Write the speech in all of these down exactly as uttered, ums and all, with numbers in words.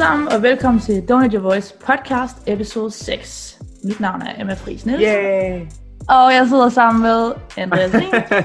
sammen, og velkommen til Don't Let Your Voice podcast, episode seks. Mit navn er Emma Friis Nielsen. Yay! Og jeg sidder sammen med Andreas Ring,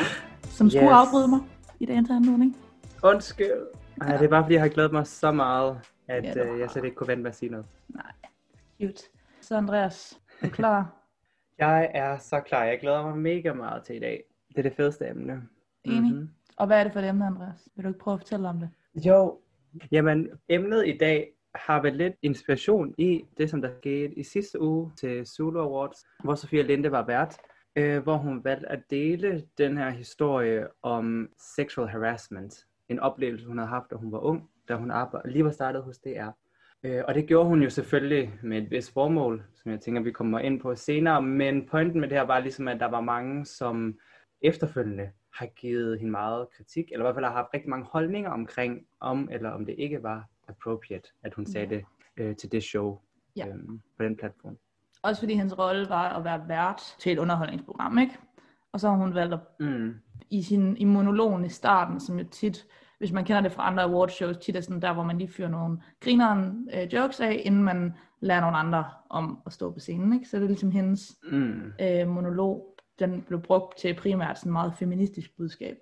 som skulle Yes. afbryde mig i dagens anledning. Undskyld. Ej, det er bare fordi, jeg har glædet mig så meget, at Ja, det var øh, jeg slet ikke kunne vente med at sige noget. Nej, cute. Så Andreas, er du klar? Jeg er så klar. Jeg glæder mig mega meget til i dag. Det er det fedeste emne. Enig. Mhm. Og hvad er det for et emne, Andreas? Vil du ikke prøve at fortælle om det? Jo. Jamen, emnet i dag har vel lidt inspiration i det, som der skete i sidste uge til Zulu Awards, hvor Sofia Linde var vært, øh, hvor hun valgte at dele den her historie om sexual harassment. En oplevelse, hun havde haft, da hun var ung, da hun arbejde, lige var startet hos D R. Øh, og det gjorde hun jo selvfølgelig med et vist formål, som jeg tænker, vi kommer ind på senere. Men pointen med det her var ligesom, at der var mange, som efterfølgende har givet hende meget kritik, eller i hvert fald har haft rigtig mange holdninger omkring, om eller om det ikke var appropriate, at hun sagde det øh, til det show Ja. øh, på den platform. Også fordi hendes rolle var at være vært til et underholdningsprogram, ikke? Og så har hun valgt at Mm. i sin i monologen i starten, som jo tit, hvis man kender det fra andre awardshows, tit er sådan der, hvor man lige fyrer nogle grineren øh, jokes af, inden man lærer nogle andre om at stå på scenen, ikke? Så det er ligesom hendes Mm. øh, monolog, den blev brugt til primært sådan meget feministisk budskab.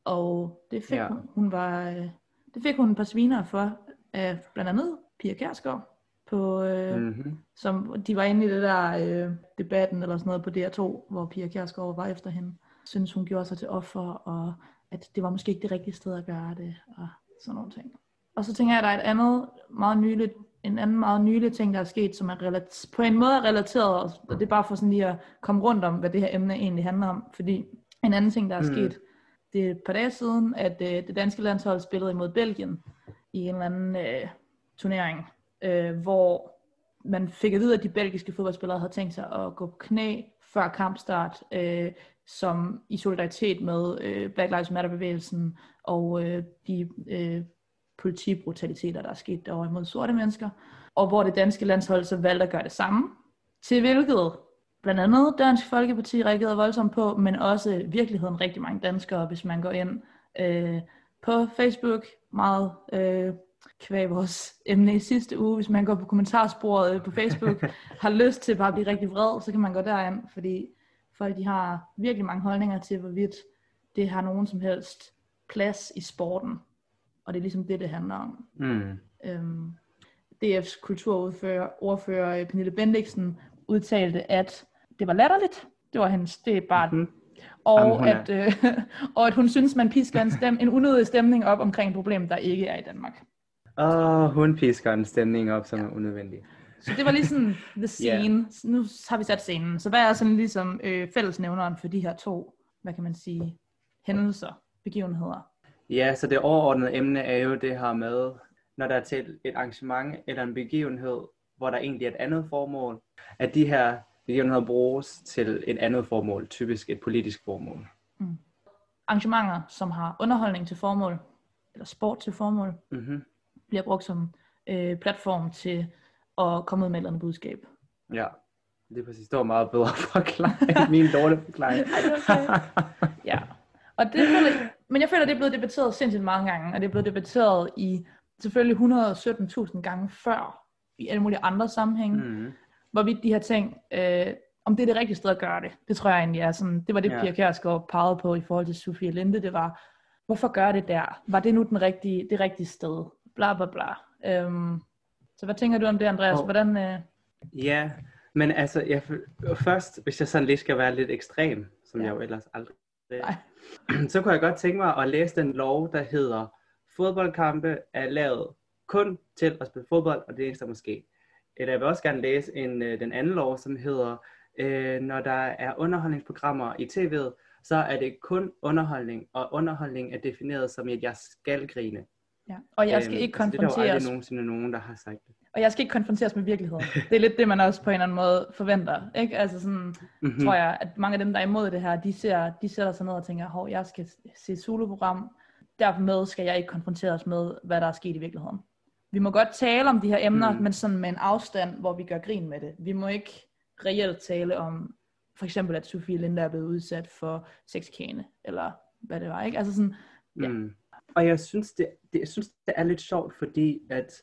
Og det fik Ja. hun, hun var, øh, det fik hun et par sviner for, af blandt andet Pia Kjærsgaard, på, øh, Mm-hmm. som de var inde i det der øh, debatten eller sådan noget på D R to, hvor Pia Kjærsgaard var efter hende. Synes hun gjorde sig til offer, og at det var måske ikke det rigtige sted at gøre det, og sådan nogle ting. Og så tænker jeg, at der er et andet meget nyligt, en anden meget nylig ting, der er sket, som er relat- på en måde er relateret, og det er bare for sådan lige at komme rundt om, hvad det her emne egentlig handler om. Fordi en anden ting, der er Mm. sket, det er et par dage siden, at øh, det danske landshold spillede imod Belgien i en eller anden øh, turnering, øh, hvor man fik at vide, at de belgiske fodboldspillere havde tænkt sig at gå på knæ før kampstart, øh, som i solidaritet med øh, Black Lives Matter-bevægelsen og øh, de øh, politibrutaliteter, der er sket derovre imod sorte mennesker, og hvor det danske landshold så valgte at gøre det samme, til hvilket blandt andet Dansk Folkeparti reagerede voldsomt på, men også i virkeligheden rigtig mange danskere, hvis man går ind øh, på Facebook, meget øh, kvæg vores emne i sidste uge, hvis man går på kommentarsporet øh, på Facebook, har lyst til bare at blive rigtig vred, så kan man gå derind, fordi folk de har virkelig mange holdninger til, hvorvidt det har nogen som helst plads i sporten. Og det er ligesom det, det handler om. Mm. Øhm, D F's kulturordfører ordfører, Pernille Bendiksen udtalte, at det var latterligt. Det var hendes, det er bare... Mm. Og, Jamen, hun er- at, øh, og at hun synes, man pisker en, stem, en unødig stemning op omkring et problem, der ikke er i Danmark. Åh, hun pisker en stemning op, som er unødvendig. Så det var lige sådan the scene. Yeah. Nu har vi sat scenen. Så hvad er sådan ligesom øh, fællesnævneren for de her to, hvad kan man sige, hændelser, begivenheder? Ja, så det overordnede emne er jo det her med, når der er til et arrangement eller en begivenhed, hvor der egentlig er et andet formål, at de her begivenheder bruges til et andet formål, typisk et politisk formål. Mm. Arrangementer, som har underholdning til formål, eller sport til formål, Mm-hmm. bliver brugt som øh, platform til at komme ud med et eller andet budskab. Ja, det er præcis. Det var meget bedre forklaring, min dårlige forklaring. Ej, det er okay. Ja, og det føler, men jeg føler, det er blevet debatteret sindssygt mange gange, og det er blevet debatteret i selvfølgelig et hundrede og sytten tusind gange før, i alle mulige andre sammenhænge, Mm-hmm. hvorvidt de her ting, øh, om det er det rigtige sted at gøre det. Det tror jeg egentlig er sådan, det var det, Ja. Pia Kjærsgaard pegede på i forhold til Sofia Linde, det var, hvorfor gør det der? Var det nu den rigtige, det rigtige sted? Bla bla bla. Øhm, så hvad tænker du om det, Andreas? Og- Hvordan, øh, Ja, men altså, jeg, føl- først, hvis jeg sådan lige skal være lidt ekstrem, som Ja. jeg jo ellers aldrig Nej. så kunne jeg godt tænke mig at læse den lov, der hedder, fodboldkampe er lavet kun til at spille fodbold, og det er eneste, der måske. Eller jeg vil også gerne læse en, øh, den anden lov, som hedder, øh, når der er underholdningsprogrammer i tv'et, så er det kun underholdning, og underholdning er defineret som, at jeg skal grine. ja. Og jeg skal Øhm, ikke altså, det er der jo konfronteres, aldrig nogensinde nogen, der har sagt det. og jeg skal ikke konfronteres med virkeligheden. Det er lidt det, man også på en eller anden måde forventer, ikke? Altså sådan, Mm-hmm. tror jeg, at mange af dem, der er imod det her, de, ser, de sætter sig ned og tænker, hov, jeg skal se et soloprogram, dermed skal jeg ikke konfronteres med, hvad der er sket i virkeligheden. Vi må godt tale om de her emner, Mm. men sådan med en afstand, hvor vi gør grin med det. Vi må ikke reelt tale om, for eksempel, at Sofie Linde er blevet udsat for sexchikane, eller hvad det var, ikke? Altså sådan, ja. Mm. Og jeg synes det, det, jeg synes, det er lidt sjovt, fordi at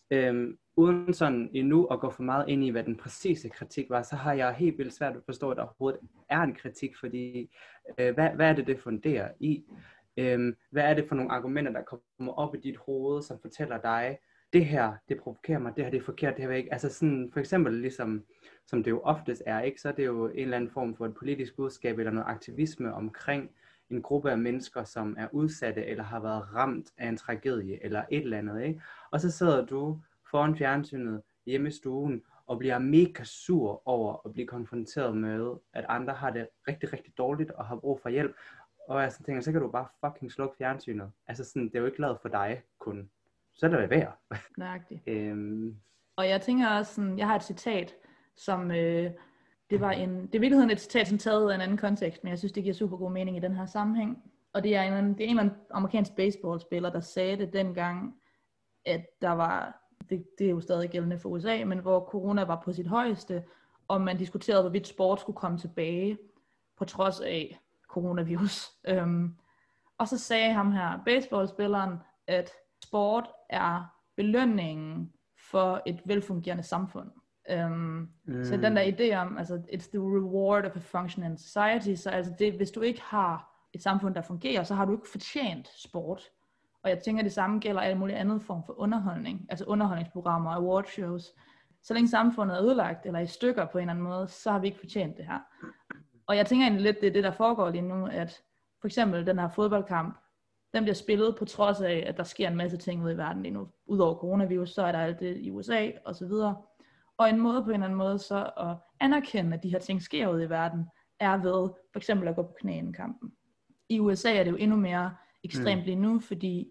øhm, uden sådan endnu at gå for meget ind i, hvad den præcise kritik var, så har jeg helt vildt svært at forstå, at der overhovedet er en kritik, fordi øh, hvad, hvad er det, det funderer i? Øhm, hvad er det for nogle argumenter, der kommer op i dit hoved, som fortæller dig, det her, det provokerer mig, det her, det er forkert, det her ikke. Altså sådan, for eksempel ligesom, som det jo oftest er, ikke, så er det jo en eller anden form for et politisk budskab, eller noget aktivisme omkring en gruppe af mennesker, som er udsatte, eller har været ramt af en tragedie, eller et eller andet, ikke? Og så sidder du foran fjernsynet hjemme i stuen, og bliver mega sur over at blive konfronteret med, at andre har det rigtig, rigtig dårligt, og har brug for hjælp. Og jeg sådan tænker, så kan du bare fucking slukke fjernsynet. Altså sådan, det er jo ikke lavet for dig kun. Så er det værd. Nøjagtigt. øhm. Og jeg tænker også sådan, jeg har et citat, som, øh, det var en, det er i virkeligheden et citat, som taget ud af en anden kontekst, men jeg synes, det giver super god mening i den her sammenhæng. Og det er en, det er en eller anden amerikansk baseballspiller, der sagde det dengang, at der var, det, det er jo stadig gældende for U S A, men hvor corona var på sit højeste, og man diskuterede, hvorvidt sport skulle komme tilbage, på trods af coronavirus. Øhm, og så sagde ham her, baseballspilleren, at sport er belønningen for et velfungerende samfund. Um, mm. Så den der idé om, altså, it's the reward of a functioning society, så altså det, hvis du ikke har et samfund, der fungerer, så har du ikke fortjent sport. Og jeg tænker, det samme gælder alle mulige andre form for underholdning, altså underholdningsprogrammer, awardshows. Så længe samfundet er ødelagt, eller i stykker på en eller anden måde, så har vi ikke fortjent det her. Og jeg tænker egentlig lidt, det er det, der foregår lige nu, at for eksempel den her fodboldkamp, den bliver spillet på trods af, at der sker en masse ting ude i verden lige nu. Udover coronavirus, så er der alt det i U S A og så videre. Og en måde på en eller anden måde så at anerkende, at de her ting sker ude i verden, er ved for eksempel at gå på knæ i kampen. I U S A er det jo endnu mere ekstremt lige nu, fordi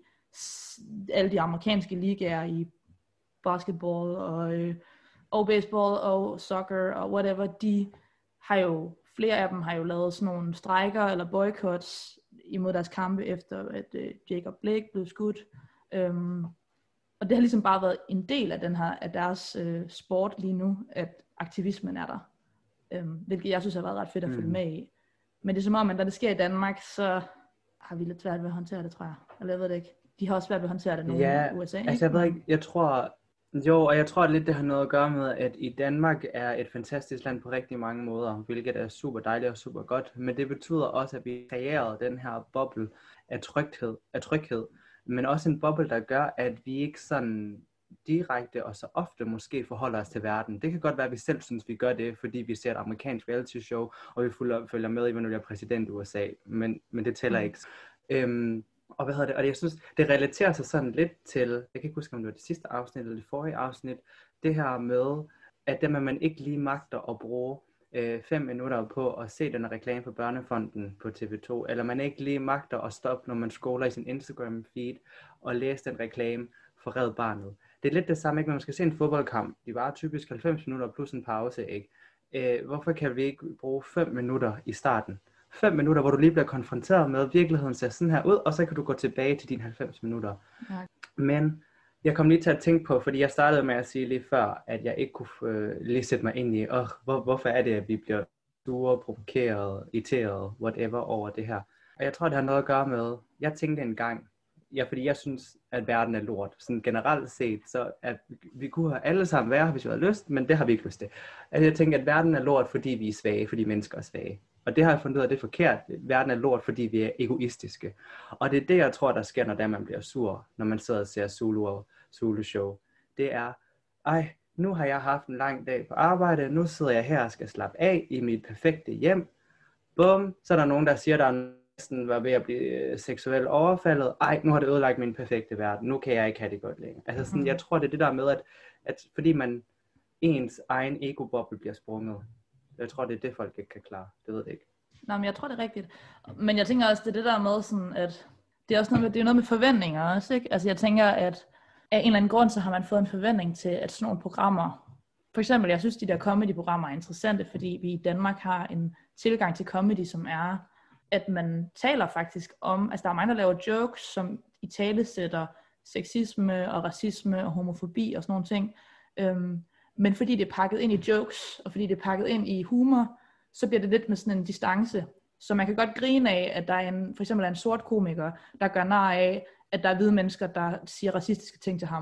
alle de amerikanske ligaer i basketball og, øh, og baseball og soccer og whatever, de har jo, flere af dem har jo lavet sådan nogle strejker eller boycotts imod deres kampe, efter at øh, Jacob Blake blev skudt. Um, og det har ligesom bare været en del af, den her, af deres øh, sport lige nu, at aktivismen er der. Um, hvilket jeg synes har været ret fedt at følge mm. med i. Men det er som om, at når det sker i Danmark, så har vi lidt svært ved at håndtere det, tror jeg. Eller jeg ved det ikke. De har også svært ved at håndtere det nu ja, i U S A, altså ikke? jeg ved ikke, jeg tror, jo, og jeg tror at lidt det har noget at gøre med, at i Danmark er et fantastisk land på rigtig mange måder, hvilket er super dejligt og super godt, men det betyder også, at vi kreerer den her boble af tryghed, af tryghed, men også en boble, der gør, at vi ikke sådan direkte og så ofte måske forholder os til verden. Det kan godt være, at vi selv synes, vi gør det, fordi vi ser et amerikansk reality show, og vi følger med i, hvornår vi er præsident i U S A, men, men det tæller mm. ikke. Øhm, og hvad hedder det? Og jeg synes, det relaterer sig sådan lidt til, jeg kan ikke huske, om det var det sidste afsnit eller det forrige afsnit, det her med, at det, man ikke lige magter at bruge øh, fem minutter på at se den reklame for Børnefonden på T V to, eller man ikke lige magter at stoppe, når man scroller i sin Instagram feed, og læse den reklame for Red Barnet. Det er lidt det samme, ikke? Når man skal se en fodboldkamp, de varer typisk halvfems minutter plus en pause, ikke? Øh, hvorfor kan vi ikke bruge fem minutter i starten? Fem minutter, hvor du lige bliver konfronteret med, at virkeligheden ser sådan her ud, og så kan du gå tilbage til dine halvfems minutter. Ja. Men jeg kom lige til at tænke på, fordi jeg startede med at sige lige før, at jeg ikke kunne øh, lige sætte mig ind i, åh, hvor, hvorfor er det, at vi bliver sure, provokeret, irriteret, whatever over det her. Og jeg tror, det har noget at gøre med, jeg tænkte en gang, ja, fordi jeg synes, at verden er lort. Sådan generelt set, så at vi kunne have alle sammen være her, hvis vi havde lyst, men det har vi ikke lyst til. Altså, jeg tænker, at verden er lort, fordi vi er svage, fordi mennesker er svage. Og det har jeg fundet ud af, det er forkert. Verden er lort, fordi vi er egoistiske. Og det er det, jeg tror, der sker, når der man bliver sur, når man sidder og ser Zulu og Zulu show. Det er, ej, nu har jeg haft en lang dag på arbejde, nu sidder jeg her og skal slappe af i mit perfekte hjem. Bum, så er der nogen, der siger, der er næsten var ved at blive seksuelt overfaldet. Ej, nu har det ødelagt min perfekte verden. Nu kan jeg ikke have det godt længere. Altså sådan, jeg tror, det er det der med, at, at fordi man ens egen ego-boble bliver sprunget. Jeg tror, det er det, folk ikke kan klare. Det ved jeg ikke. Nej, men jeg tror, det er rigtigt. Men jeg tænker også, det er det der med, sådan, at det er også noget med, det er noget med forventninger også, ikke? Altså jeg tænker, at af en eller anden grund, så har man fået en forventning til, at sådan nogle programmer, for eksempel, jeg synes, de der comedy-programmer er interessante, fordi vi i Danmark har en tilgang til comedy, som er, at man taler faktisk om, altså der er mange, der laver jokes, som i tale sætter sexisme og racisme og homofobi og sådan nogle ting. Øhm, men fordi det er pakket ind i jokes, og fordi det er pakket ind i humor, så bliver det lidt med sådan en distance. Så man kan godt grine af, at der er en, for eksempel er en sort komiker, der gør nar af, at der er hvide mennesker, der siger racistiske ting til ham.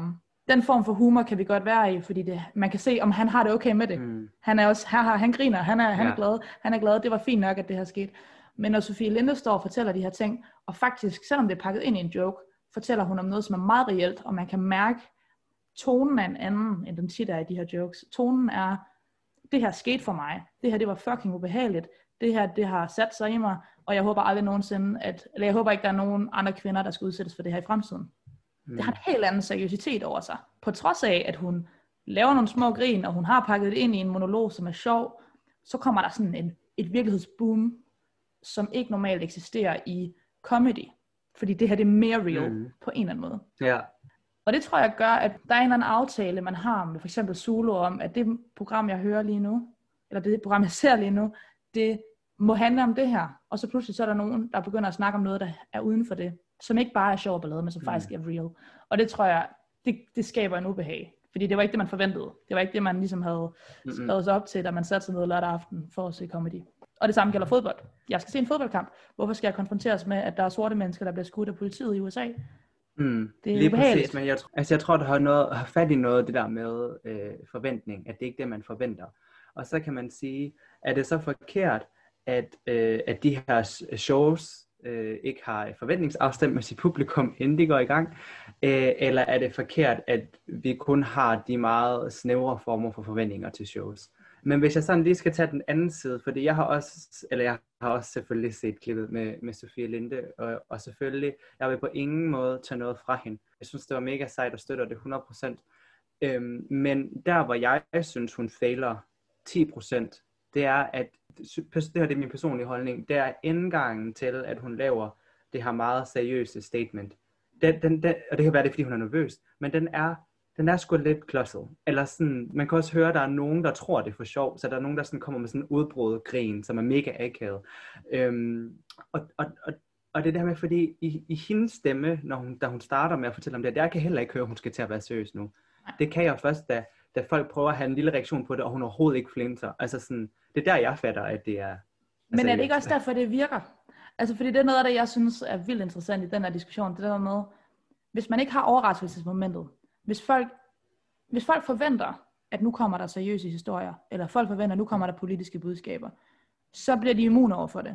den form for humor kan vi godt være i, fordi det, man kan se, om han har det okay med det. Mm. Han er også, han, han griner, han er, han ja. er glad, han er glad, det var fint nok, at det her skete. Men når Sofie Linde står og fortæller de her ting, og faktisk, selvom det er pakket ind i en joke, fortæller hun om noget, som er meget reelt, og man kan mærke, tonen er en anden, end den tit er i de her jokes. Tonen er, det her skete for mig, det her det var fucking ubehageligt, det her det har sat sig i mig, og jeg håber aldrig nogensinde, at, eller jeg håber ikke, der er nogen andre kvinder, der skal udsættes for det her i fremtiden. Mm. Det har en helt anden seriøsitet over sig, på trods af, at hun laver nogle små grin, og hun har pakket det ind i en monolog, som er sjov, så kommer der sådan en, et virkelighedsboom, som ikke normalt eksisterer i comedy, fordi det her det er mere real, mm. på en eller anden måde. Ja. Og det tror jeg gør, at der er en eller anden aftale, man har med for eksempel Zulu om, at det program, jeg hører lige nu, eller det program, jeg ser lige nu, det må handle om det her. Og så pludselig så er der nogen, der begynder at snakke om noget, der er uden for det, som ikke bare er sjov og ballade, men som mm. faktisk er real. Og det tror jeg, det, det skaber en ubehag. Fordi det var ikke det, man forventede. Det var ikke det, man ligesom havde skrevet sig op til, da man satte sig ned lørdag aften for at se comedy. Og det samme gælder fodbold. Jeg skal se en fodboldkamp. Hvorfor skal jeg konfronteres med, at der er sorte mennesker, der bliver skudt af politiet i U S A? Mm, det er lige præcis, men jeg, altså jeg tror, der har, noget, har fat i noget det der med øh, forventning, at det ikke er det, man forventer. Og så kan man sige, er det så forkert, at, øh, at de her shows øh, ikke har forventningsafstemt med sit publikum, inden de går i gang, øh, eller er det forkert, at vi kun har de meget snævre former for forventninger til shows? Men hvis jeg sådan lige skal tage den anden side, fordi jeg har også, eller jeg har også selvfølgelig set klippet med, med Sofie Linde, og, og selvfølgelig, jeg vil på ingen måde tage noget fra hende. Jeg synes, det var mega sejt og støtter det hundrede procent. Øhm, men der, hvor jeg synes, hun fejler ti procent, det er, at, det her det er min personlige holdning, det er indgangen til, at hun laver det her meget seriøse statement. Den, den, den, og det kan være det, fordi hun er nervøs, men den er Den er sgu lidt klodset. Eller sådan, man kan også høre, at der er nogen, der tror, det er for sjov. Så der er nogen, der sådan kommer med sådan en udbrud grin, som er mega akavet. Øhm, og, og, og, og det der med, fordi i, i hendes stemme, når hun, da hun starter med at fortælle om det, der kan heller ikke høre, at hun skal til at være seriøs nu. Det kan jeg først, da, da folk prøver at have en lille reaktion på det, og hun overhovedet ikke flinter. Altså sådan, det er der, jeg fatter, at det er... Men altså, er det ikke også derfor, det virker? Altså, fordi det er noget af det, jeg synes er vildt interessant i den her diskussion. Det der med, hvis man ikke har overraskelsesmomentet, Hvis folk, hvis folk forventer, at nu kommer der seriøse historier, eller folk forventer, at nu kommer der politiske budskaber, så bliver de immune over for det.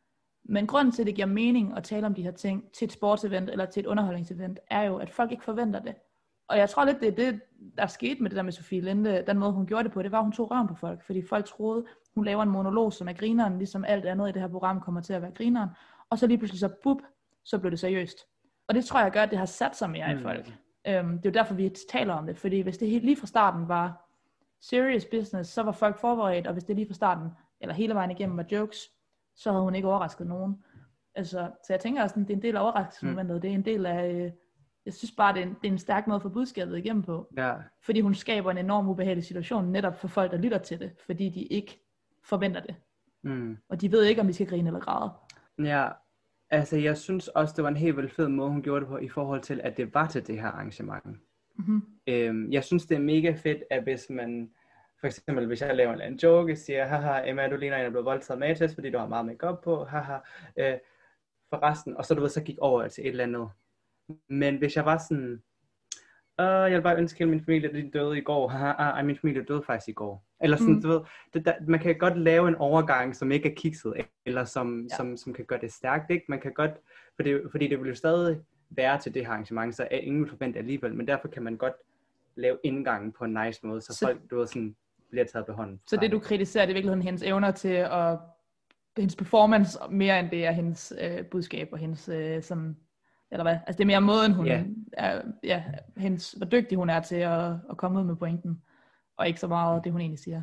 Men grunden til, at det giver mening at tale om de her ting til et sportsevent eller til et underholdningsevent, er jo, at folk ikke forventer det. Og jeg tror lidt, det er det, der skete med det der med Sofie Linde. Den måde, hun gjorde det på, det var, at hun tog røven på folk. Fordi folk troede, hun laver en monolog, som er grineren, ligesom alt andet i det her program kommer til at være grineren. Og så lige pludselig så, bup, så blev det seriøst. Og det tror jeg gør, at det har sat sig mere mm. i folk. Um, det er jo derfor, vi taler om det. Fordi hvis det helt lige fra starten var serious business, så var folk forberedt. Og hvis det lige fra starten, eller hele vejen igennem, var jokes, så havde hun ikke overrasket nogen. Altså, så jeg tænker også, at det er en del af overraskelsesmomentet. Mm. Det er en del af... Jeg synes bare, det er en, det er en stærk måde at få budskabet igennem på. Ja. Fordi hun skaber en enorm ubehagelig situation, netop for folk, der lytter til det. Fordi de ikke forventer det. Mm. Og de ved ikke, om de skal grine eller græde. Ja, altså jeg synes også, det var en helt vildt fed måde, hun gjorde det på, i forhold til, at det var til det her arrangement. Mm-hmm. Øhm, jeg synes, det er mega fedt, at hvis man... For eksempel, hvis jeg laver en eller anden joke, og siger, haha, Emma, du ligner en, der er blevet voldtaget med, fordi du har meget make-up på, haha, øh, for resten, og så du ved, så gik over til et eller andet. Men hvis jeg var sådan, øh, jeg vil bare ønske, at min familie de døde i går, haha, ej, min familie døde faktisk i går. Eller sådan, mm. du ved, det, der, man kan godt lave en overgang, som ikke er kikset, eller som, ja. som, som kan gøre det stærkt, ikke? Man kan godt, fordi, fordi det vil jo stadig være til det her arrangement, så er ingen forventer alligevel, men derfor kan man godt lave indgangen på en nice måde, så, så folk, du ved, sådan, bliver taget på hånden. Så det du kritiserer, det er i virkeligheden hendes evner til at, hendes performance, mere end det er hendes øh, budskab og hendes øh, sådan, eller hvad? Altså det er mere måden hun yeah. er, ja, hendes, hvor dygtig hun er til at, at komme ud med pointen, og ikke så meget det hun egentlig siger.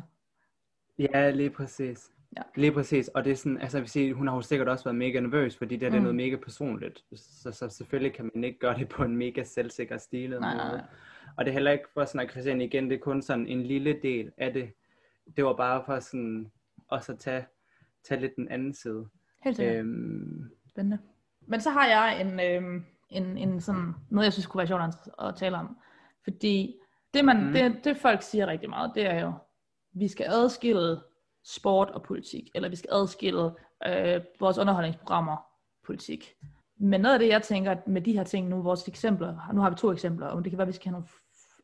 Ja, lige præcis. Ja. Lige præcis, og det er sådan, altså jeg vil sige, hun har jo sikkert også været mega nervøs, fordi det, mm. det er noget mega personligt, så, så selvfølgelig kan man ikke gøre det på en mega selvsikker stilet nej, måde. Nej. Og det er heller ikke for sådan at Christian igen, det er kun sådan en lille del af det. Det var bare for sådan også at tage, tage lidt den anden side. Helt sikkert. Øhm... Spændende. Men så har jeg en, øhm, en, en sådan, noget jeg synes kunne være sjovt at, at tale om. Fordi det, man, mm. det, det folk siger rigtig meget, det er jo, vi skal adskille sport og politik. Eller vi skal adskille øh, vores underholdningsprogrammer politik. Men noget af det, jeg tænker med de her ting nu, vores eksempler, nu har vi to eksempler, og det kan være, at vi skal have nogle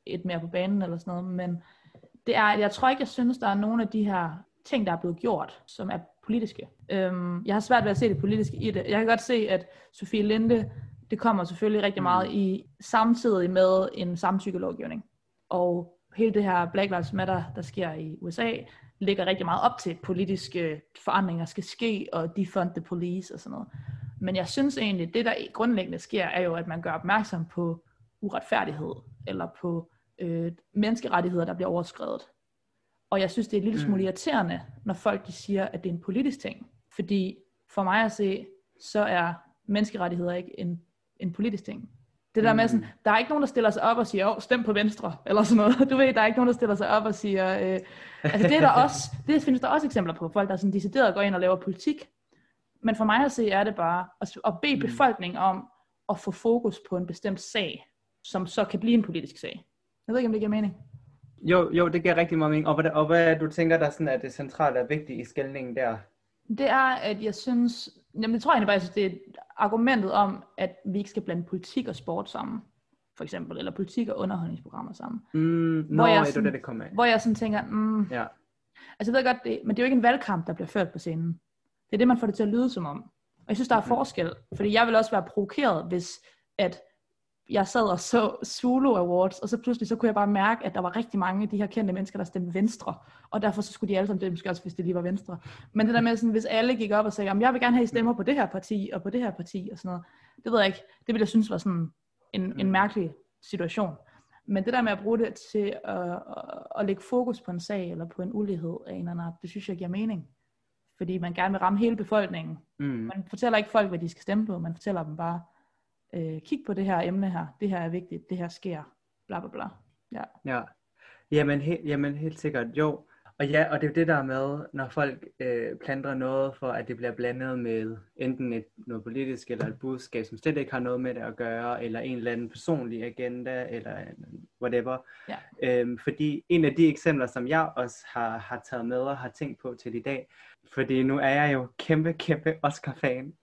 et mere på banen eller sådan noget, men det er, jeg tror ikke, jeg synes, der er nogen af de her ting, der er blevet gjort, som er politiske. Øhm, jeg har svært ved at se det politiske i det. Jeg kan godt se, at Sofie Linde, det kommer selvfølgelig rigtig meget mm. i samtidig med en samtykkelovgivning. Og hele det her Black Lives Matter, der sker i U S A, ligger rigtig meget op til, at politiske forandringer skal ske, og defund the police og sådan noget. Men jeg synes egentlig, det der grundlæggende sker, er jo, at man gør opmærksom på uretfærdighed, eller på øh, menneskerettigheder, der bliver overskredet. Og jeg synes, det er en lille smule irriterende, når folk de siger, at det er en politisk ting. Fordi for mig at se, så er menneskerettigheder ikke en, en politisk ting. Det der med sådan, der er ikke nogen, der stiller sig op og siger, åh, stem på Venstre, eller sådan noget. Du ved, der er ikke nogen, der stiller sig op og siger, øh, altså det er der også, det findes der også eksempler på, folk der sådan decideret går ind og laver politik. Men for mig at se, er det bare at, at bede befolkningen om at få fokus på en bestemt sag, som så kan blive en politisk sag. Jeg ved ikke, om det giver mening. Jo, jo, det giver rigtig meget mening. Og hvad, og hvad du tænker, der sådan er det centrale og vigtige i skelningen der? Det er, at jeg synes, jamen det tror jeg egentlig bare, jeg synes, det er argumentet om, at vi ikke skal blande politik og sport sammen, for eksempel, eller politik og underholdningsprogrammer sammen. Mm, hvor nå, jeg er sådan, det, det kommer af. Hvor jeg sådan tænker, mm, ja. altså jeg ved godt, det, men det er jo ikke en valgkamp, der bliver ført på scenen. Det er det, man får det til at lyde som om. Og jeg synes, der er mm-hmm. forskel, fordi jeg vil også være provokeret, hvis at jeg sad og så Zulu Awards, og så pludselig så kunne jeg bare mærke, at der var rigtig mange af de her kendte mennesker, der stemte Venstre, og derfor så skulle de alle sammen det, måske også, hvis det lige var Venstre. Men det der med sådan, hvis alle gik op og sagde, jeg vil gerne have I stemmer på det her parti, og på det her parti, og sådan noget, det ved jeg ikke, det ville jeg synes var sådan en, en mærkelig situation. Men det der med at bruge det til at, at, at lægge fokus på en sag, eller på en ulighed af en eller anden art, det synes jeg giver mening. Fordi man gerne vil ramme hele befolkningen. Mm. Man fortæller ikke folk, hvad de skal stemme på, man fortæller dem bare, Øh, kig på det her emne her, det her er vigtigt, det her sker, bla bla bla. Ja, ja. Jamen, he- jamen helt sikkert, jo. Og ja, og det er det der med, når folk øh, planter noget for, at det bliver blandet med enten et, noget politisk eller et budskab, som slet ikke har noget med det at gøre, eller en eller anden personlig agenda, eller whatever. Ja. Øhm, fordi en af de eksempler, som jeg også har, har taget med og har tænkt på til i dag, fordi nu er jeg jo kæmpe, kæmpe Oscar-fan.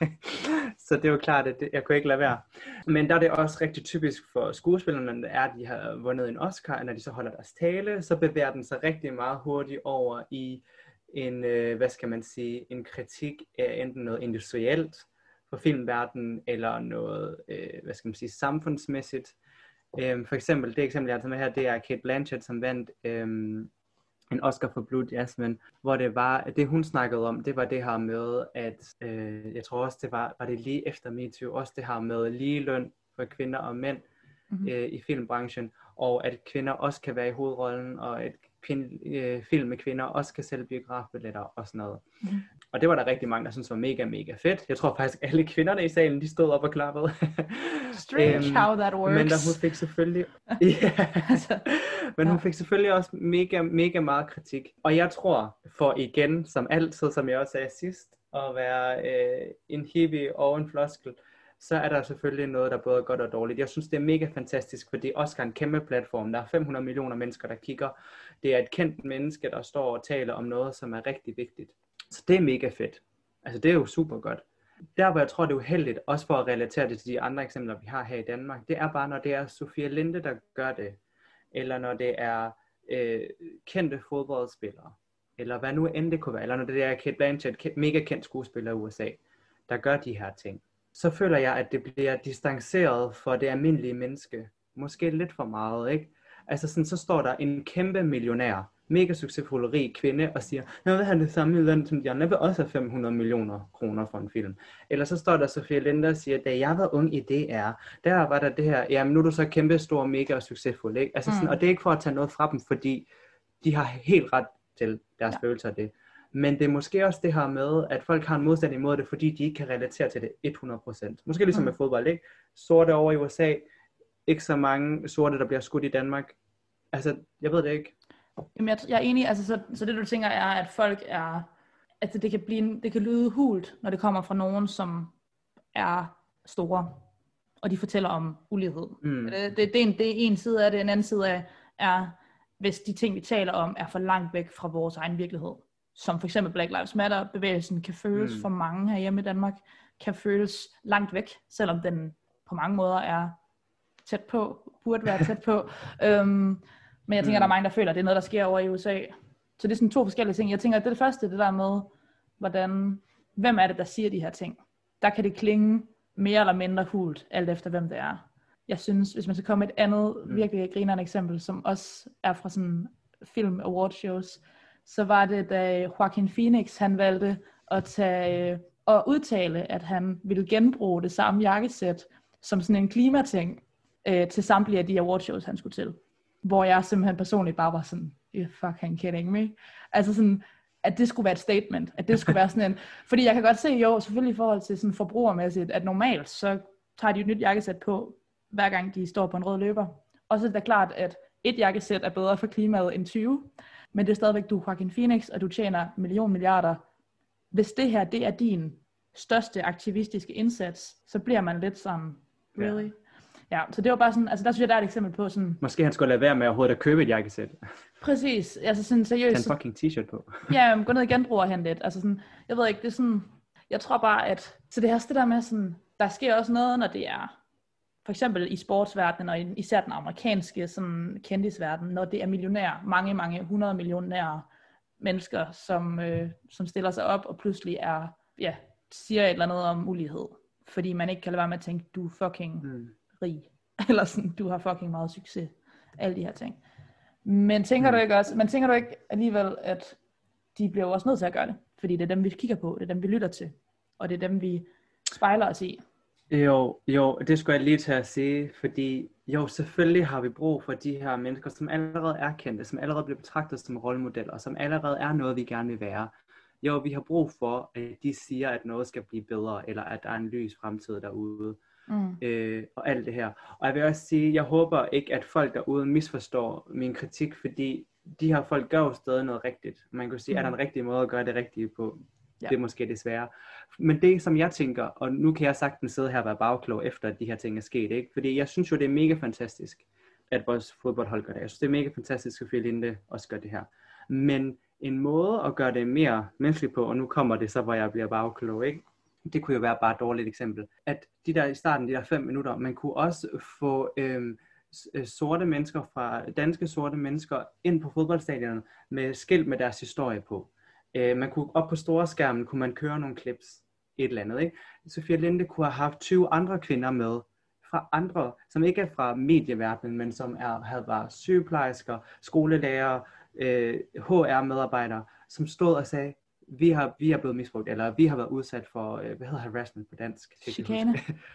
Så det er jo klart, at det, jeg kunne ikke lade være. Men der er det også rigtig typisk for skuespillerne, når det er, at de har vundet en Oscar, og når de så holder deres tale, så bevæger den sig rigtig meget hurtigt over i en, øh, hvad skal man sige, en kritik af enten noget industrielt for filmverdenen, eller noget, øh, hvad skal man sige, samfundsmæssigt. Øh, for eksempel, det eksempel, jeg har taget med her, det er Cate Blanchett, som vandt øh, en Oscar for Blue Jasmine, hvor det var, det hun snakkede om, det var det her med, at øh, jeg tror også, det var, var det lige efter MeToo, også det her med lige løn for kvinder og mænd mm-hmm. øh, i filmbranchen, og at kvinder også kan være i hovedrollen, og at kvind, øh, film med kvinder også kan sælge biografbilletter og sådan noget. Mm-hmm. Og det var der rigtig mange, der syntes var mega, mega fedt. Jeg tror faktisk, alle kvinderne i salen, de stod op og klappede. Strange um, how that works. Men der, hun fik selvfølgelig... yeah. altså, men hun ja. fik selvfølgelig også mega, mega meget kritik. Og jeg tror, for igen, som altid, som jeg også sagde sidst, at være øh, en hippie og en floskel, så er der selvfølgelig noget, der både er godt og dårligt. Jeg synes, det er mega fantastisk, fordi Oscar er en kæmpe platform. Der er fem hundrede millioner mennesker, der kigger. Det er et kendt menneske, der står og taler om noget, som er rigtig vigtigt. Så det er mega fedt. Altså, det er jo super godt. Der, hvor jeg tror, det er uheldigt, også for at relatere det til de andre eksempler, vi har her i Danmark, det er bare, når det er Sofie Linde, der gør det. Eller når det er øh, kendte fodboldspillere. Eller hvad nu end det kunne være. Eller når det er Cate Blanchett, mega kendt skuespiller i U S A, der gør de her ting. Så føler jeg, at det bliver distanceret for det almindelige menneske. Måske lidt for meget, ikke? Altså sådan, så står der en kæmpe millionær, mega succesfuld rig kvinde, og siger, jeg vil have det samme i løn som de andre, jeg vil også have fem hundrede millioner kroner for en film. Eller så står der Sofie Linde og siger, da jeg var ung i D R, der var der det her, jamen nu er du så kæmpe stor, mega succesfuld, ikke? Altså sådan, mm. og det er ikke for at tage noget fra dem, fordi de har helt ret til deres ja. følelser af det. Men det er måske også det her med, at folk har en modstand imod det, fordi de ikke kan relatere til det hundrede procent. Måske ligesom mm. med fodbold, ikke? Sorte over i U S A, ikke så mange sorte, der bliver skudt i Danmark. Altså, jeg ved det ikke. Jamen, jeg, jeg er enig, altså, så, så det du tænker er, at folk er, altså det kan, blive, det kan lyde hult, når det kommer fra nogen, som er store, og de fortæller om ulighed. Mm. Det, det, det, er en, det er en side af det, en anden side af er, hvis de ting, vi taler om, er for langt væk fra vores egen virkelighed. Som for eksempel Black Lives Matter bevægelsen kan føles mm. for mange herhjemme i Danmark, kan føles langt væk, selvom den på mange måder er tæt på, burde være tæt på. øhm, men jeg tænker, mm. der er mange, der føler, at det er noget, der sker over i U S A. Så det er sådan to forskellige ting. Jeg tænker, at det, det første, det der med, hvordan, hvem er det, der siger de her ting? Der kan det klinge mere eller mindre hult, alt efter hvem det er. Jeg synes, hvis man skal komme med et andet mm. virkelig grinerende eksempel, som også er fra sådan film award shows, så var det, da Joaquin Phoenix, han valgte at tage og udtale, at han ville genbruge det samme jakkesæt som sådan en klimating øh, til samtlige af de award shows, han skulle til. Hvor jeg simpelthen personligt bare var sådan, you're fucking kidding me. Altså sådan, at det skulle være et statement, at det skulle være sådan en, fordi jeg kan godt se, jo, selvfølgelig i forhold til sådan forbrugermæssigt, at normalt, så tager de et nyt jakkesæt på, hver gang de står på en rød løber. Og så er det klart, at et jakkesæt er bedre for klimaet end tyve, men det er stadigvæk, du er Joaquin Phoenix, og du tjener million milliarder. Hvis det her, det er din største aktivistiske indsats, så bliver man lidt sådan, really? Ja. Ja, så det var bare sådan, altså der synes jeg, der er et eksempel på sådan... Måske han skulle lade være med overhovedet at købe et jakkesæt. Præcis, altså sådan seriøst... Tag en fucking t-shirt på. Ja, gå ned i genbrug og hente lidt. Altså sådan, jeg ved ikke, det er sådan... Jeg tror bare, at... Så det her det der med sådan... Der sker også noget, når det er... For eksempel i sportsverdenen, og især den amerikanske sådan kendisverden, når det er millionær, mange, mange hundrede millionære mennesker, som, øh, som stiller sig op og pludselig er, ja, siger et eller andet om ulighed. Fordi man ikke kan lade være med at tænke, du er fucking mm. rig. Eller sådan, du har fucking meget succes. Alle de her ting. Men tænker mm. du ikke også, man tænker du ikke alligevel, at de bliver også nødt til at gøre det? Fordi det er dem, vi kigger på, det er dem, vi lytter til. Og det er dem, vi spejler os i. Jo, jo, det skulle jeg lige til at sige, fordi jo, selvfølgelig har vi brug for de her mennesker, som allerede er kendte, som allerede bliver betragtet som rollemodeller, som allerede er noget, vi gerne vil være. Jo, vi har brug for, at de siger, at noget skal blive bedre, eller at der er en lys fremtid derude, mm. øh, og alt det her. Og jeg vil også sige, jeg håber ikke, at folk derude misforstår min kritik, fordi de her folk gør jo stadig noget rigtigt. Man kan sige, mm. er der en rigtig måde at gøre det rigtige på? Ja. Det er måske desværre. Men det, som jeg tænker, og nu kan jeg sagtens sidde her og være bagklog efter, at de her ting er sket, ikke? Fordi jeg synes jo, det er mega fantastisk, at vores fodboldhold gør det. Jeg synes, det er mega fantastisk, at Sofie Linde også gør det her. Men en måde at gøre det mere menneskeligt på, og nu kommer det så, hvor jeg bliver bagklog, ikke? Det kunne jo være bare et dårligt eksempel. At de der i starten, de der fem minutter, man kunne også få øhm, sorte mennesker fra, danske sorte mennesker ind på fodboldstadionet med skilt med deres historie på. Uh, man kunne op på store skærmen, kunne man køre nogle clips, et eller andet, ikke? Sofie Linde kunne have haft tyve andre kvinder med, fra andre, som ikke er fra medieverdenen, men som er, havde været sygeplejersker, skolelærer, uh, H R-medarbejdere, som stod og sagde, vi har, vi er blevet misbrugt, eller vi har været udsat for, uh, hvad hedder harassment på dansk? Chikane.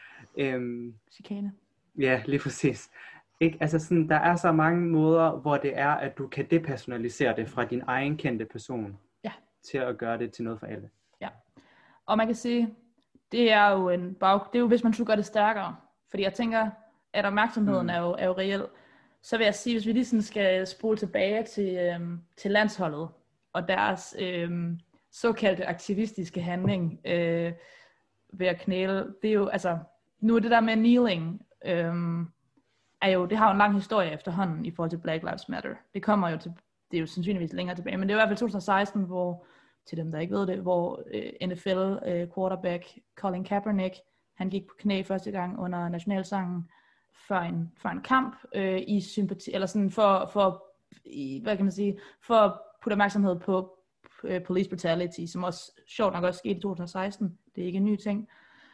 um, Chikane. Ja, lige præcis. Ikke? Altså sådan, der er så mange måder, hvor det er, at du kan depersonalisere det fra din egen kendte person. Til at gøre det til noget for alle. Ja. Og man kan sige, det er jo en bag, det er jo hvis man skulle gøre det stærkere. Fordi jeg tænker, at opmærksomheden mm. er, jo, er jo reel. Så vil jeg sige, hvis vi lige sådan skal spole tilbage til, øhm, til landsholdet, og deres øhm, såkaldte aktivistiske handling øh, ved at knæle, det er jo, altså, nu er det der med kneeling, øhm, er jo, det har jo en lang historie efterhånden i forhold til Black Lives Matter. Det kommer jo til, det er jo sandsynligvis længere tilbage, men det er i hvert fald to tusind og seksten, hvor, til dem der ikke ved det, hvor øh, N F L øh, quarterback Colin Kaepernick, han gik på knæ første gang under nationalsangen for en, for en kamp øh, i sympati, eller sådan for, for i, hvad kan man sige, for at putte opmærksomhed på øh, police brutality, som også sjovt nok også skete i to tusind og seksten. Det er ikke en ny ting.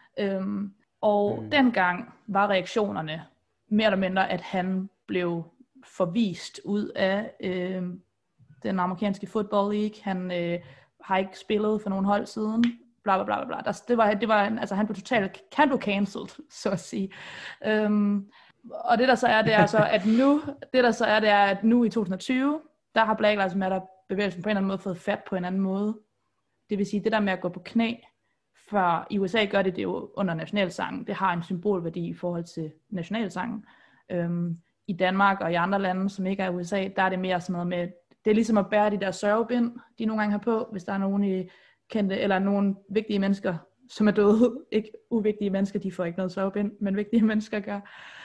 Øhm, og mm. dengang var reaktionerne mere eller mindre, at han blev forvist ud af øh, den amerikanske football league. Han øh, har ikke spillet for nogen hold siden. Bla bla bla bla. Der, det var, det var en, altså han blev totalt, han blev cancelled, så at sige. Øhm, og det der så er, det er så, at nu, det der så er, det er, at nu i to tusind og tyve, der har Black Lives Matter bevægelsen på en eller anden måde fået fat på en anden måde. Det vil sige, det der med at gå på knæ, for i U S A gør det det jo under nationalsangen. Det har en symbolværdi i forhold til nationalsangen. Øhm, I Danmark og i andre lande, som ikke er i U S A, der er det mere sådan noget med, det er ligesom at bære de der sørgebind, de nogle gange har på, hvis der er nogen i kendte, eller nogle vigtige mennesker, som er døde. Ikke uvigtige mennesker, de får ikke noget sørgebind, men vigtige mennesker gør.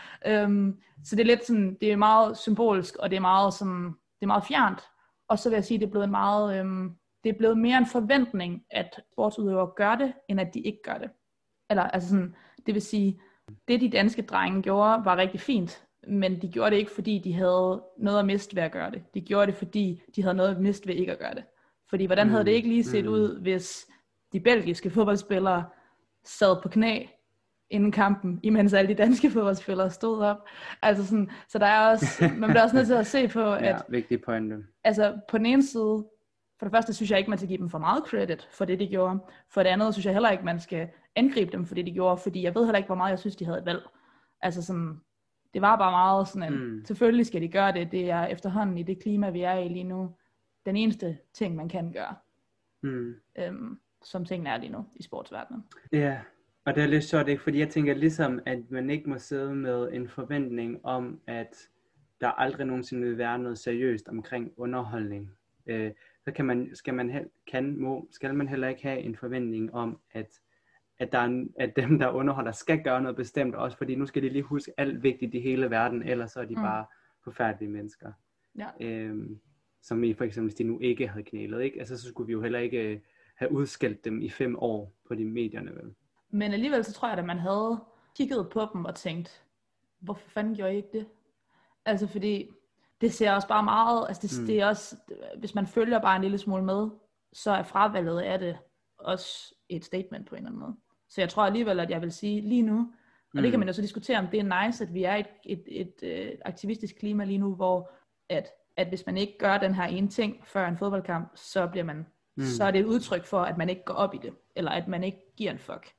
Øhm, så det er lidt sådan, det er meget symbolsk, og det er meget sådan, det er meget fjernt. Og så vil jeg sige, det er blevet en meget, øhm, det er blevet mere en forventning, at sportsudøvere gør det, end at de ikke gør det. Eller altså sådan, det vil sige, det de danske drenge gjorde, var rigtig fint, men de gjorde det ikke, fordi de havde noget at miste ved at gøre det. De gjorde det, fordi de havde noget at miste ved ikke at gøre det. Fordi hvordan havde det ikke lige set mm. ud, hvis de belgiske fodboldspillere sad på knæ inden kampen, imens alle de danske fodboldspillere stod op. Altså sådan, så der er også, man bliver også nødt til at se på, at ja, vigtige pointe. Altså på den ene side, for det første synes jeg ikke, man skal give dem for meget credit for det, de gjorde. For det andet synes jeg heller ikke, man skal angribe dem for det, de gjorde, fordi jeg ved heller ikke, hvor meget jeg synes, de havde et valg. Altså sådan, det var bare meget sådan en, mm. selvfølgelig skal de gøre det, det er efterhånden i det klima, vi er i lige nu, den eneste ting, man kan gøre, mm. øhm, som tingene er lige nu i sportsverdenen. Ja, yeah. Og det er lidt sjovt, ikke? Fordi jeg tænker ligesom, at man ikke må sidde med en forventning om, at der aldrig nogensinde vil være noget seriøst omkring underholdning. Øh, så kan man, skal, man, kan, må, skal man heller ikke have en forventning om, at, at, der er, at dem, der underholder, skal gøre noget bestemt også, fordi nu skal de lige huske alt vigtigt i hele verden, ellers så er de mm. bare forfærdelige mennesker. Ja. Øhm, som i for eksempel, hvis de nu ikke havde knælet, ikke? Altså, så skulle vi jo heller ikke have udskældt dem i fem år på de medierne, vel? Men alligevel så tror jeg, at man havde kigget på dem og tænkt, hvorfor fanden gjorde I ikke det? Altså fordi, det ser også bare meget, altså det, mm. det er også, hvis man følger bare en lille smule med, så er fravalget af det også et statement på en eller anden måde. Så jeg tror alligevel, at jeg vil sige lige nu, og mm. det kan man jo så diskutere, om det er nice, at vi er i et, et, et, et aktivistisk klima lige nu, hvor at, at hvis man ikke gør den her ene ting før en fodboldkamp, så bliver man, mm. så er det et udtryk for, at man ikke går op i det, eller at man ikke giver en fuck.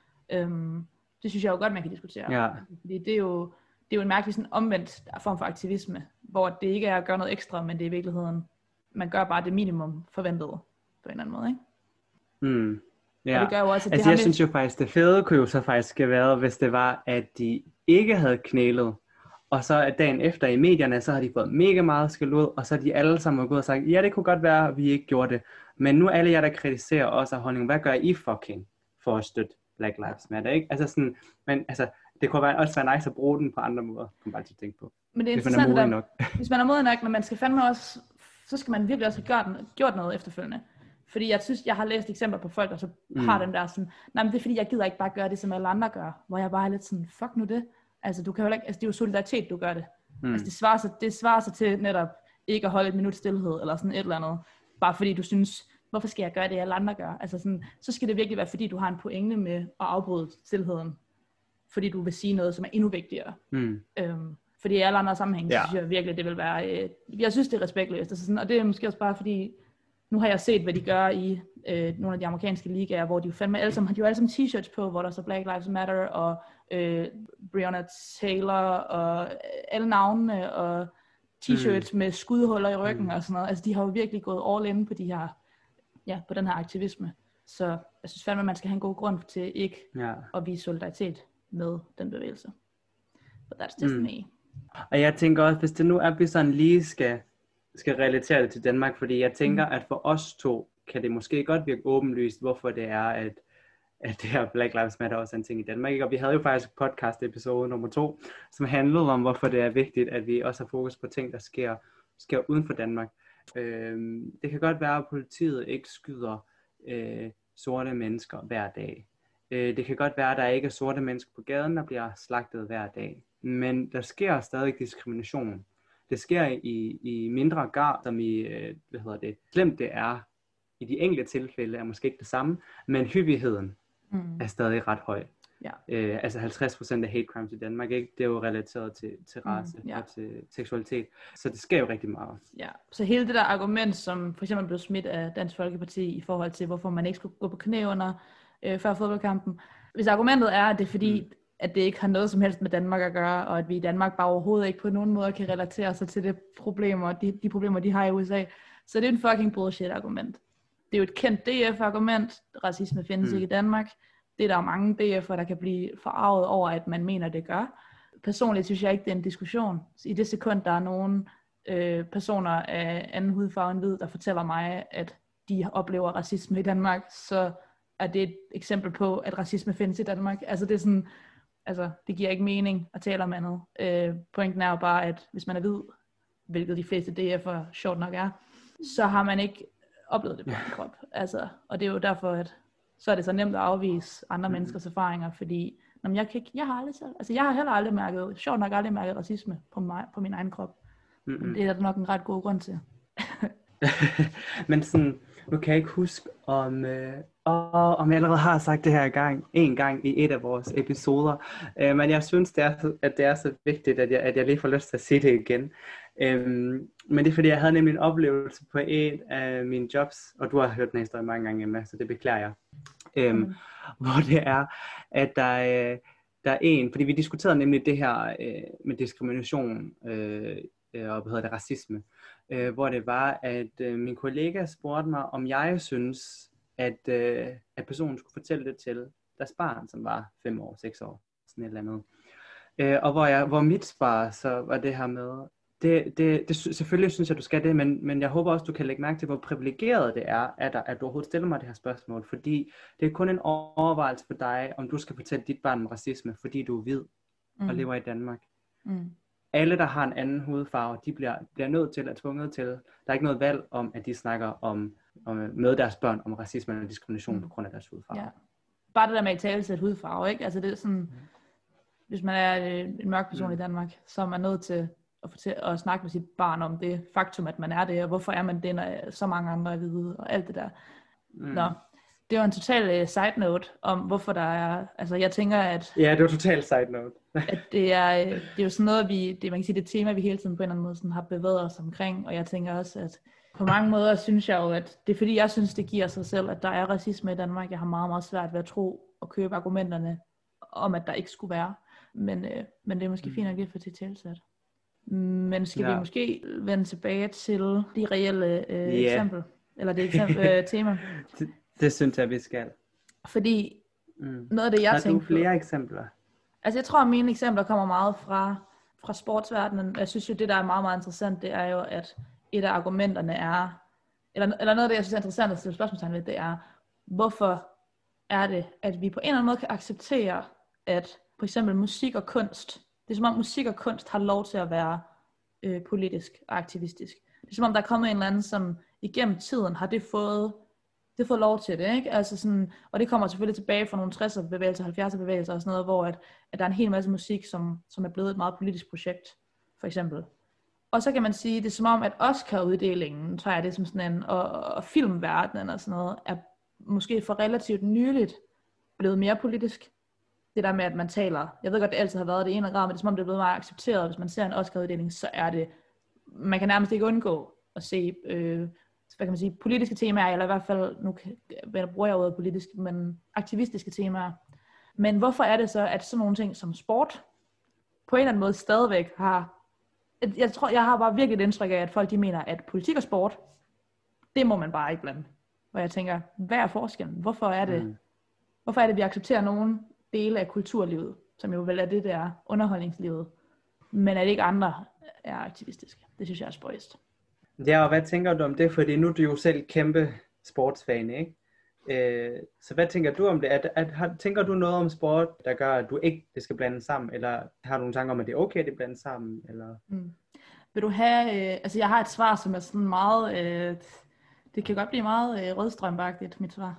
Um, det synes jeg jo godt, man kan diskutere. Ja. Fordi det er jo, det er jo en mærkelig sådan omvendt form for aktivisme, hvor det ikke er at gøre noget ekstra, men det er i virkeligheden, man gør bare det minimum forventet på en eller anden måde, ikke? Mm. Ja. Og det gør jo også, at altså det jeg synes jo faktisk, det fede kunne jo så faktisk have været, hvis det var, at de ikke havde knælet, og så at dagen efter i medierne, så har de fået mega meget skæld ud, og så er de alle sammen gået og sagt, ja, det kunne godt være, at vi ikke gjorde det, men nu alle jer, der kritiserer os af holdningen, hvad gør I fucking for at støtte Black Lives Matter, ikke? Altså sådan, men altså, det kunne være, også være nice at bruge den på andre måder, kan man bare til tænke på. Men det er hvis man er modig nok. Hvis man er modig nok, men man skal fandme også, så skal man virkelig også have gjort, gjort noget efterfølgende. Fordi jeg synes, jeg har læst eksempler på folk, der så mm. har den der sådan, nej, men det er fordi, jeg gider ikke bare gøre det, som alle andre gør, hvor jeg bare er lidt sådan, fuck nu det. Altså, du kan jo ikke, altså det er jo solidaritet, du gør det. Mm. Altså, det svarer, sig, det svarer sig til netop ikke at holde et minut stillhed, eller sådan et eller andet, bare fordi du synes, hvorfor skal jeg gøre det, alle andre gør? Altså sådan, så skal det virkelig være, fordi du har en pointe med at afbryde stillheden, fordi du vil sige noget, som er endnu vigtigere. Mm. Øhm, fordi i alle andre sammenhænge, ja. Så synes jeg virkelig, det vil være, øh, jeg synes, det er respektløst, altså sådan, og det er måske også bare fordi, nu har jeg set, hvad de gør i øh, nogle af de amerikanske ligaer, hvor de jo fandme alle sammen, har de jo alle sammen t-shirts på, hvor der så Black Lives Matter, og øh, Breonna Taylor, og alle navnene, og t-shirts mm. med skudhuller i ryggen, mm. og sådan noget. Altså, de har jo virkelig gået all in på de her, ja, på den her aktivisme. Så jeg synes fandme, at man skal have en god grund til ikke ja. At vise solidaritet med den bevægelse. But that's just mm. me. Og jeg tænker også, hvis det nu er, at vi sådan lige skal, skal relatere det til Danmark, fordi jeg tænker, mm. at for os to, kan det måske godt virke åbenlyst, hvorfor det er, at, at det her Black Lives Matter også er en ting i Danmark. Ikke? Og vi havde jo faktisk podcast episode nummer to, som handlede om, hvorfor det er vigtigt, at vi også har fokus på ting, der sker, sker uden for Danmark. Øhm, det kan godt være, at politiet ikke skyder øh, sorte mennesker hver dag. Øh, det kan godt være, at der ikke er sorte mennesker på gaden, der bliver slagtet hver dag. Men der sker stadig diskrimination. Det sker i, i mindre grad, som i, øh, hvad hedder det, slemt det er. I de enkelte tilfælde er måske ikke det samme, men hyppigheden mm. er stadig ret høj. Ja. Øh, altså halvtreds procent af hate crimes i Danmark, ikke? Det er jo relateret til, til race mm, ja. Og til seksualitet. Så det sker jo rigtig meget. Ja, så hele det der argument, som for eksempel blev smidt af Dansk Folkeparti i forhold til, hvorfor man ikke skulle gå på knæ under øh, før fodboldkampen. Hvis argumentet er, at det er fordi, mm. at det ikke har noget som helst med Danmark at gøre, og at vi i Danmark bare overhovedet ikke på nogen måde kan relatere sig til det problemer, de, de problemer, de har i U S A, så det er en fucking bullshit argument. Det er jo et kendt D F-argument. Racisme findes mm. ikke i Danmark. Det er der mange D F'er, der kan blive forarvet over, at man mener, det gør. Personligt synes jeg ikke, det er en diskussion. I det sekund, der er nogle øh, personer af anden hudfarve end hvid, der fortæller mig, at de oplever racisme i Danmark, så er det et eksempel på, at racisme findes i Danmark. Altså det er sådan, altså det giver ikke mening at tale om andet. Øh, pointen er jo bare, at hvis man er hvid, hvilket de fleste D F'er sjovt nok er, så har man ikke oplevet det på sin krop. Altså, og det er jo derfor, at så er det så nemt at afvise andre mm. menneskers erfaringer, fordi jamen, jeg, kan ikke, jeg har aldrig selv, altså jeg har heller aldrig mærket, sjovt nok aldrig mærket racisme på, mig, på min egen krop. Mm-hmm. Men det er der nok en ret god grund til. Men sådan, nu kan jeg ikke huske, om, øh, åh, om jeg allerede har sagt det her gang, en gang i et af vores episoder. Øh, men jeg synes, det er, at det er så vigtigt, at jeg, at jeg lige får lyst til at sige det igen. Øhm, men det er fordi, jeg havde nemlig en oplevelse på et af mine jobs, og du har hørt den historie mange gange med, så det beklager jeg. Øhm, mm. Hvor det er, at der, øh, der er en, fordi vi diskuterede nemlig det her øh, med diskrimination øh, og hvad hedder det, racisme. Øh, hvor det var, at øh, min kollega spurgte mig, om jeg synes, at, øh, at personen skulle fortælle det til deres barn, som var fem år, seks år, sådan et eller andet. Øh, og hvor, jeg, hvor mit svar så var det her med, det, det, det, selvfølgelig synes jeg, du skal det, men, men jeg håber også, du kan lægge mærke til, hvor privilegeret det er, at, at du overhovedet stiller mig det her spørgsmål, fordi det er kun en overvejelse for dig, om du skal fortælle dit barn om racisme, fordi du er hvid mm. og lever i Danmark. Mm. Alle, der har en anden hudfarve, de bliver, bliver nødt til at tvunget til. Der er ikke noget valg om, at de snakker om, om med deres børn om racisme og diskrimination mm. på grund af deres hudfarve. Ja. Bare det der med at tale til et hudfarve, ikke? Altså det er sådan, mm. hvis man er en mørk person mm. i Danmark, så er man nødt til at, fortælle, at snakke med sit barn om det faktum, at man er det, og hvorfor er man det, når så mange andre er hvide, og alt det der. Mm. Nå. Det var en total uh, side note om, hvorfor der er, altså jeg tænker, at... Ja, det var total side note. at det er, det er jo sådan noget, vi, det, man kan sige, det tema, vi hele tiden på en eller anden måde sådan har bevæget os omkring, og jeg tænker også, at på mange måder synes jeg jo, at det er fordi, jeg synes, det giver sig selv, at der er racisme i Danmark. Jeg har meget, meget svært ved at tro og købe argumenterne om, at der ikke skulle være. Men, øh, men det er måske mm. fint at lige få til tilsat. Men skal ja. vi måske vende tilbage til de reelle øh, yeah. eksempel, eller det eksempel, øh, tema? Det, det synes jeg, vi skal. Fordi mm. noget af det, jeg har tænker du flere på, eksempler? Altså jeg tror, at mine eksempler kommer meget fra, fra sportsverdenen. Jeg synes jo, det der er meget, meget interessant, det er jo, at et af argumenterne er, eller, eller noget af det, jeg synes er interessant at stille spørgsmålstegn ved, det er, hvorfor er det, at vi på en eller anden måde kan acceptere, at for eksempel musik og kunst, det er som om musik og kunst har lov til at være øh, politisk og aktivistisk. Det er som om, der er kommet en eller anden, som igennem tiden har det fået, det får lov til det, ikke? Altså sådan, og det kommer selvfølgelig tilbage fra nogle tresser bevægelser, halvfjerdser bevægelser og sådan noget, hvor at, at der er en hel masse musik, som, som er blevet et meget politisk projekt, for eksempel. Og så kan man sige, det er som om, at Oscar-uddelingen, tror jeg det som sådan en, og, og filmverdenen og sådan noget, er måske for relativt nyligt blevet mere politisk. Det der med, at man taler, jeg ved godt, det altid har været det ene grad, men det er som om, det er blevet meget accepteret. Hvis man ser en Oscar-uddeling, så er det, man kan nærmest ikke undgå at se, øh, hvad kan man sige, politiske temaer, eller i hvert fald, nu bruger jeg ordet politisk, men aktivistiske temaer. Men hvorfor er det så, at sådan nogle ting som sport, på en eller anden måde stadigvæk har, jeg tror, jeg har bare virkelig et indtryk af, at folk de mener, at politik og sport, det må man bare ikke blande. Og jeg tænker, hvad er forskellen? Hvorfor er det, mm. hvorfor er det, vi accepterer nogle dele af kulturlivet, som jo vel er det der underholdningslivet, men at ikke andre er aktivistiske? Det synes jeg er spøjst. Ja, og hvad tænker du om det? Fordi nu er du jo selv kæmpe sportsfan, ikke? Øh, så hvad tænker du om det? At, at, at, tænker du noget om sport, der gør, at du ikke det skal blande sammen? Eller har du nogle tanker om, at det er okay, at det blandes sammen? Eller? Mm. Vil du have... Øh, altså, jeg har et svar, som er sådan meget... Øh, det kan godt blive meget øh, rødstrømbagtigt, mit svar.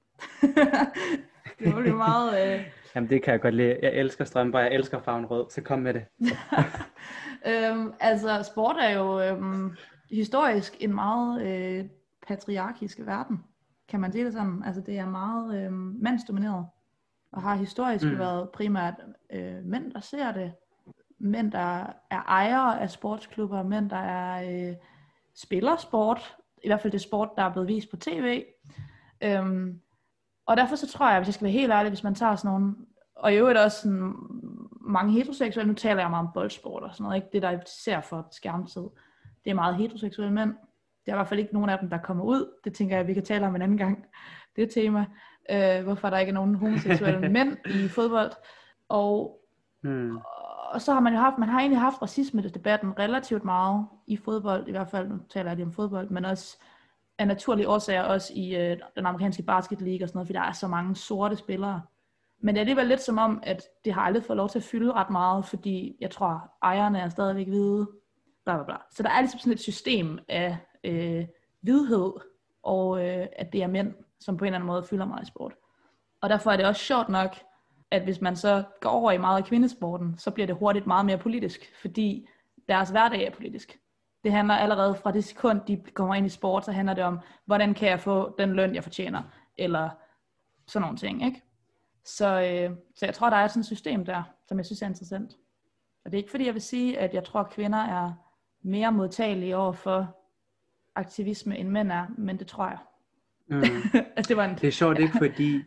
Det må blive meget... Øh... Jamen, det kan jeg godt lide. Jeg elsker strømper, jeg elsker farven rød, så kom med det. øhm, altså, sport er jo øhm, historisk en meget øh, patriarkisk verden. Kan man sige det sådan? Altså det er meget øh, mandsdomineret, og har historisk mm. været primært øh, mænd, der ser det. Mænd, der er ejere af sportsklubber, mænd, der er øh, spiller sport. I hvert fald det sport, der er blevet vist på tv. Øhm, og derfor så tror jeg, hvis jeg skal være helt ærlig, hvis man tager sådan nogle, og i øvrigt også sådan, mange heteroseksuelle, nu taler jeg meget om boldsport og sådan noget, ikke det der ser for skærmtid. Det er meget heteroseksuelle mænd. Der er i hvert fald ikke nogen af dem, der kommer ud. Det tænker jeg, vi kan tale om en anden gang. Det er tema. Øh, hvorfor der ikke er nogen homoseksuelle mænd i fodbold. Og, hmm. og så har man jo haft, man har egentlig haft racisme-debatten relativt meget i fodbold. I hvert fald, nu taler jeg lige om fodbold, men også af naturlige årsager, også i øh, den amerikanske basket league og sådan noget, fordi der er så mange sorte spillere. Men det er alligevel lidt som om, at det har aldrig fået lov til at fylde ret meget, fordi jeg tror, ejerne er stadigvæk hvide. Bla, bla, bla. Så der er ligesom sådan et system af øh, hvidhed, og øh, at det er mænd, som på en eller anden måde fylder meget i sport. Og derfor er det også sjovt nok, at hvis man så går over i meget af kvindesporten, så bliver det hurtigt meget mere politisk, fordi deres hverdag er politisk. Det handler allerede fra det sekund, de kommer ind i sport, så handler det om, hvordan kan jeg få den løn, jeg fortjener, eller sådan nogle ting, ikke? Så, øh, så jeg tror, der er sådan et system der, som jeg synes er interessant. Og det er ikke fordi, jeg vil sige, at jeg tror, at kvinder er mere modtagelige over for aktivisme, end mænd er, men det tror jeg. Mm. altså, det, var en... det er sjovt, ikke fordi...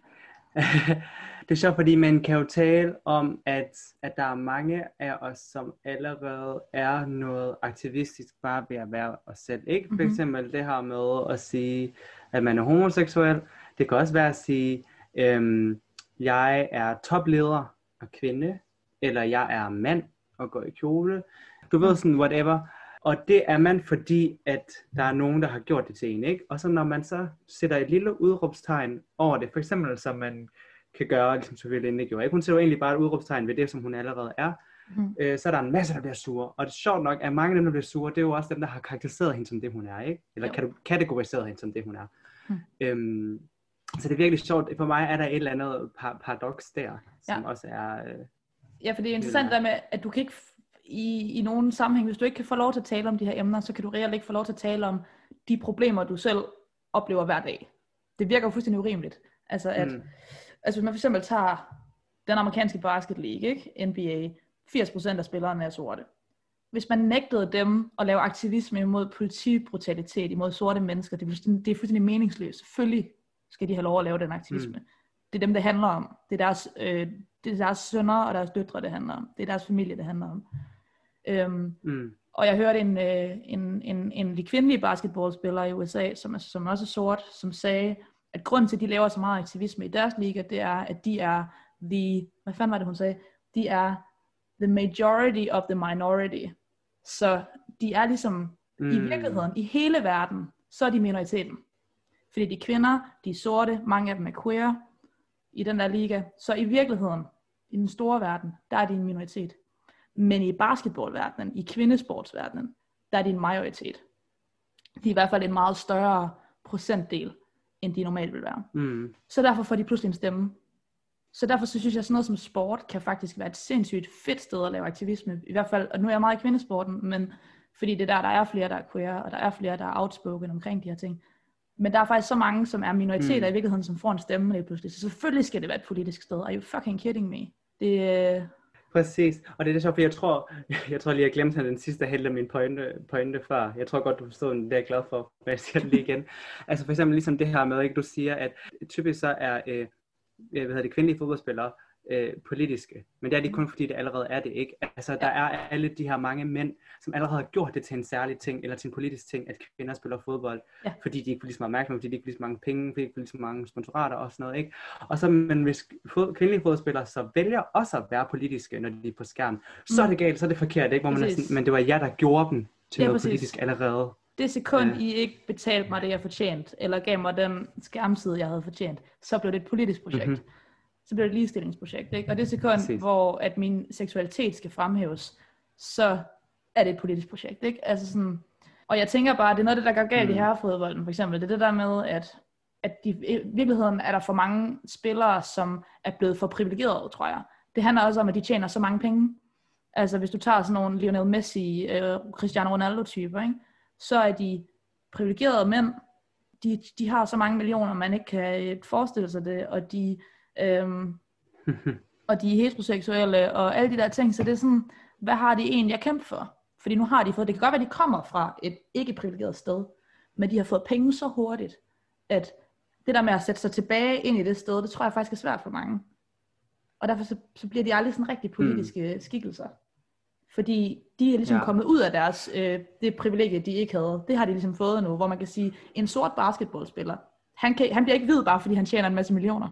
det er sjovt, fordi man kan jo tale om, at, at der er mange af os, som allerede er noget aktivistisk bare ved at være os selv. Ikke for Mm-hmm. eksempel det her med at sige, at man er homoseksuel. Det kan også være at sige, øhm, jeg er topleder og kvinde, eller jeg er mand og går i kjole. Du ved sådan, whatever. Og det er man, fordi at der er nogen, der har gjort det til en, ikke? Og så når man så sætter et lille udråbstegn over det, for eksempel som man kan gøre, ligesom Sofie Linde gjorde, ikke? Hun sætter jo egentlig bare et udråbstegn ved det, som hun allerede er. Mm. Øh, så er der en masse, der bliver sure. Og det er sjovt nok, at mange af dem, der bliver sure, det er jo også dem, der har karakteriseret hende som det, hun er, ikke? Eller jo. kategoriseret hende som det, hun er. Mm. Øhm, så det er virkelig sjovt. For mig er der et eller andet par- paradoks der, som ja. også er... Øh, ja, for det er interessant der med, at du kan ikke... I, i nogle sammenhæng, hvis du ikke kan få lov til at tale om de her emner, så kan du reelt ikke få lov til at tale om de problemer, du selv oplever hver dag. Det virker jo fuldstændig urimeligt. Altså, at, mm. altså hvis man for eksempel tager den amerikanske basket league, ikke? N B A, firs procent af spillerne er sorte. Hvis man nægtede dem at lave aktivisme imod politibrutalitet, imod sorte mennesker, det er fuldstændig, det er fuldstændig meningsløst. Selvfølgelig skal de have lov at lave den aktivisme. Mm. Det er dem, det handler om. Det er deres, øh, det er deres sønner og deres døtre, det handler om. Det er deres familie, det handler om. Øhm, mm. Og jeg hørte en, øh, en, en, en af de kvindelige basketballspillere i U S A, som, er, som også er sort, som sagde, at grunden til, at de laver så meget aktivisme i deres liga, det er, at de er the, hvad fanden var det, hun sagde? De er the majority of the minority. Så de er ligesom, mm. i virkeligheden, i hele verden, så er de minoriteten. Fordi de kvinder, de er sorte, mange af dem er queer i den der liga. Så i virkeligheden, i den store verden, der er de en minoritet. Men i basketballverdenen, i kvindesportsverdenen, der er de en majoritet. De er i hvert fald en meget større procentdel, end de normalt vil være. Mm. Så derfor får de pludselig en stemme. Så derfor så synes jeg, at sådan noget som sport kan faktisk være et sindssygt fedt sted at lave aktivisme. I hvert fald, og nu er jeg meget i kvindesporten, men fordi det er der, der er flere, der er queer, og der er flere, der er outspoken omkring de her ting. Men der er faktisk så mange, som er minoriteter mm. i virkeligheden, som får en stemme lige pludselig. Så selvfølgelig skal det være et politisk sted. Are you fucking kidding me? Det... Præcis, og det er det sjovt, for jeg tror, jeg tror lige, jeg glemte den sidste halvdel af min pointe, pointe før. Jeg tror godt, du forstod den, det er jeg glad for, men jeg siger det lige igen. Altså for eksempel ligesom det her med, ikke, du siger, at typisk så er, øh, hvad hedder det, kvindelige fodboldspillere øh, politiske, men det er de kun fordi det allerede er det, ikke? Altså der er alle de her mange mænd, som allerede har gjort det til en særlig ting, eller til en politisk ting, at kvinder spiller fodbold, ja. Fordi de ikke får lige så meget opmærksomhed, fordi de ikke får lige så mange penge, fordi de ikke får lige så mange sponsorater og sådan noget, ikke? Og så, men hvis fod, kvindelige fodboldspillere så vælger også at være politiske, når de er på skærmen, så er det galt, så er det forkert, ikke? Hvor man er sådan, men det var jer, der gjorde dem til ja, noget præcis. Politisk allerede. Det sekund, ja. I ikke betalte mig det, jeg fortjent, eller gav mig den skærmside, jeg havde fortjent, så blev det et politisk projekt. Mm-hmm. Så bliver det et ligestillingsprojekt, ikke? Og det sekund, Præcis. Hvor at min seksualitet skal fremhæves, så er det et politisk projekt, ikke? Altså sådan, og jeg tænker bare, det er noget af det, der går galt mm. i herrefodbolden, for eksempel. Det er det der med, at, at de, i virkeligheden er der for mange spillere, som er blevet for privilegerede, tror jeg. Det handler også om, at de tjener så mange penge. Altså hvis du tager sådan nogle Lionel Messi, øh, Cristiano Ronaldo-typer, ikke? Så er de privilegerede mænd, de, de har så mange millioner, man ikke kan forestille sig det, og de Øhm, og de er heteroseksuelle og alle de der ting, så det er sådan, hvad har de egentlig at kæmpe for? Fordi nu har de fået, det kan godt være, de kommer fra et ikke privilegeret sted, men de har fået penge så hurtigt, at det der med at sætte sig tilbage ind i det sted, det tror jeg faktisk er svært for mange. Og derfor så, så bliver de aldrig sådan rigtig politiske mm. skikkelser. Fordi de er ligesom ja. kommet ud af deres, øh, det privilegie, de ikke havde. Det har de ligesom fået nu, hvor man kan sige, en sort basketballspiller, han, kan, han bliver ikke hvid bare, fordi han tjener en masse millioner.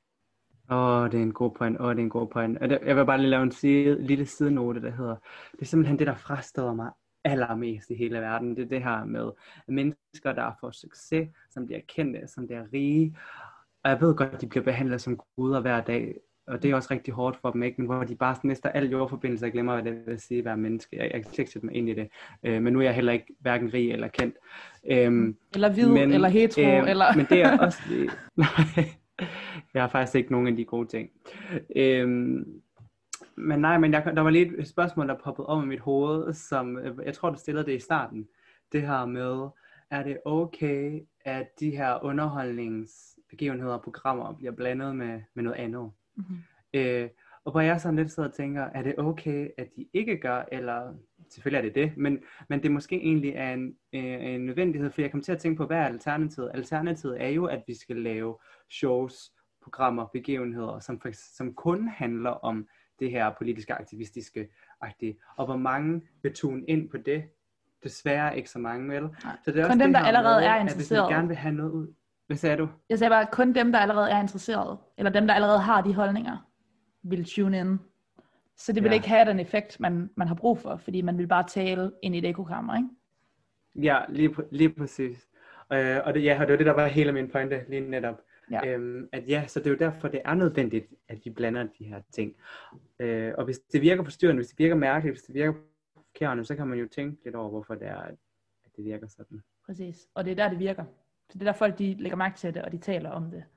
Åh, oh, det er en god point. Åh, oh, det er en god point. Jeg vil bare lige lave en side, lille sidenote, der hedder, det er simpelthen det, der frastøder mig allermest i hele verden. Det er det her med mennesker, der får succes, som bliver kendte, som bliver rige. Og jeg ved godt, at de bliver behandlet som guder hver dag. Og det er også rigtig hårdt for dem, ikke? Men hvor de bare mister alle jordforbindelser og glemmer, hvad det vil sige at være menneske. Jeg, jeg kan ikke sætte mig ind i det. Øh, men nu er jeg heller ikke hverken rig eller kendt. Øhm, eller hvid, men, eller hetero, øh, eller... men det er også... Jeg har faktisk ikke nogen af de gode ting. Øhm, men nej, men jeg, der var lige et spørgsmål, der poppede op i mit hoved, som jeg tror, du stillede det i starten. Det her med, er det okay, at de her underholdningsbegivenheder og programmer bliver blandet med, med noget andet? Mm-hmm. Øh, og hvor jeg sådan lidt sidder og tænker, er det okay, at de ikke gør, eller selvfølgelig er det det, men, men det måske egentlig er en, øh, en nødvendighed, for jeg kommer til at tænke på, hvad er alternativet? Alternativet er jo, at vi skal lave shows, programmer, begivenheder, som, for, som kun handler om det her politiske, aktivistiske agtige. Og hvor mange vil tune ind på det? Desværre ikke så mange, vel? Så det er kun også dem, det der her allerede med, er at hvis interesseret. man gerne vil have noget ud. Hvad sagde du? Jeg sagde bare, kun dem, der allerede er interesseret, eller dem, der allerede har de holdninger, vil tune in. Så det vil ja. ikke have den effekt, man, man har brug for, fordi man vil bare tale ind i et ekokammer, ikke? Ja, lige, lige præcis. Øh, og det, ja, og det var det, der var hele min pointe lige netop. Ja. Øhm, at ja, så det er jo derfor, det er nødvendigt, at vi blander de her ting. Øh, og hvis det virker forstyrrende, hvis det virker mærkeligt, hvis det virker forkert, så kan man jo tænke lidt over, hvorfor det er, at det virker sådan. Præcis, og det er der, det virker. Så det er der, folk de lægger mærke til det, og de taler om det.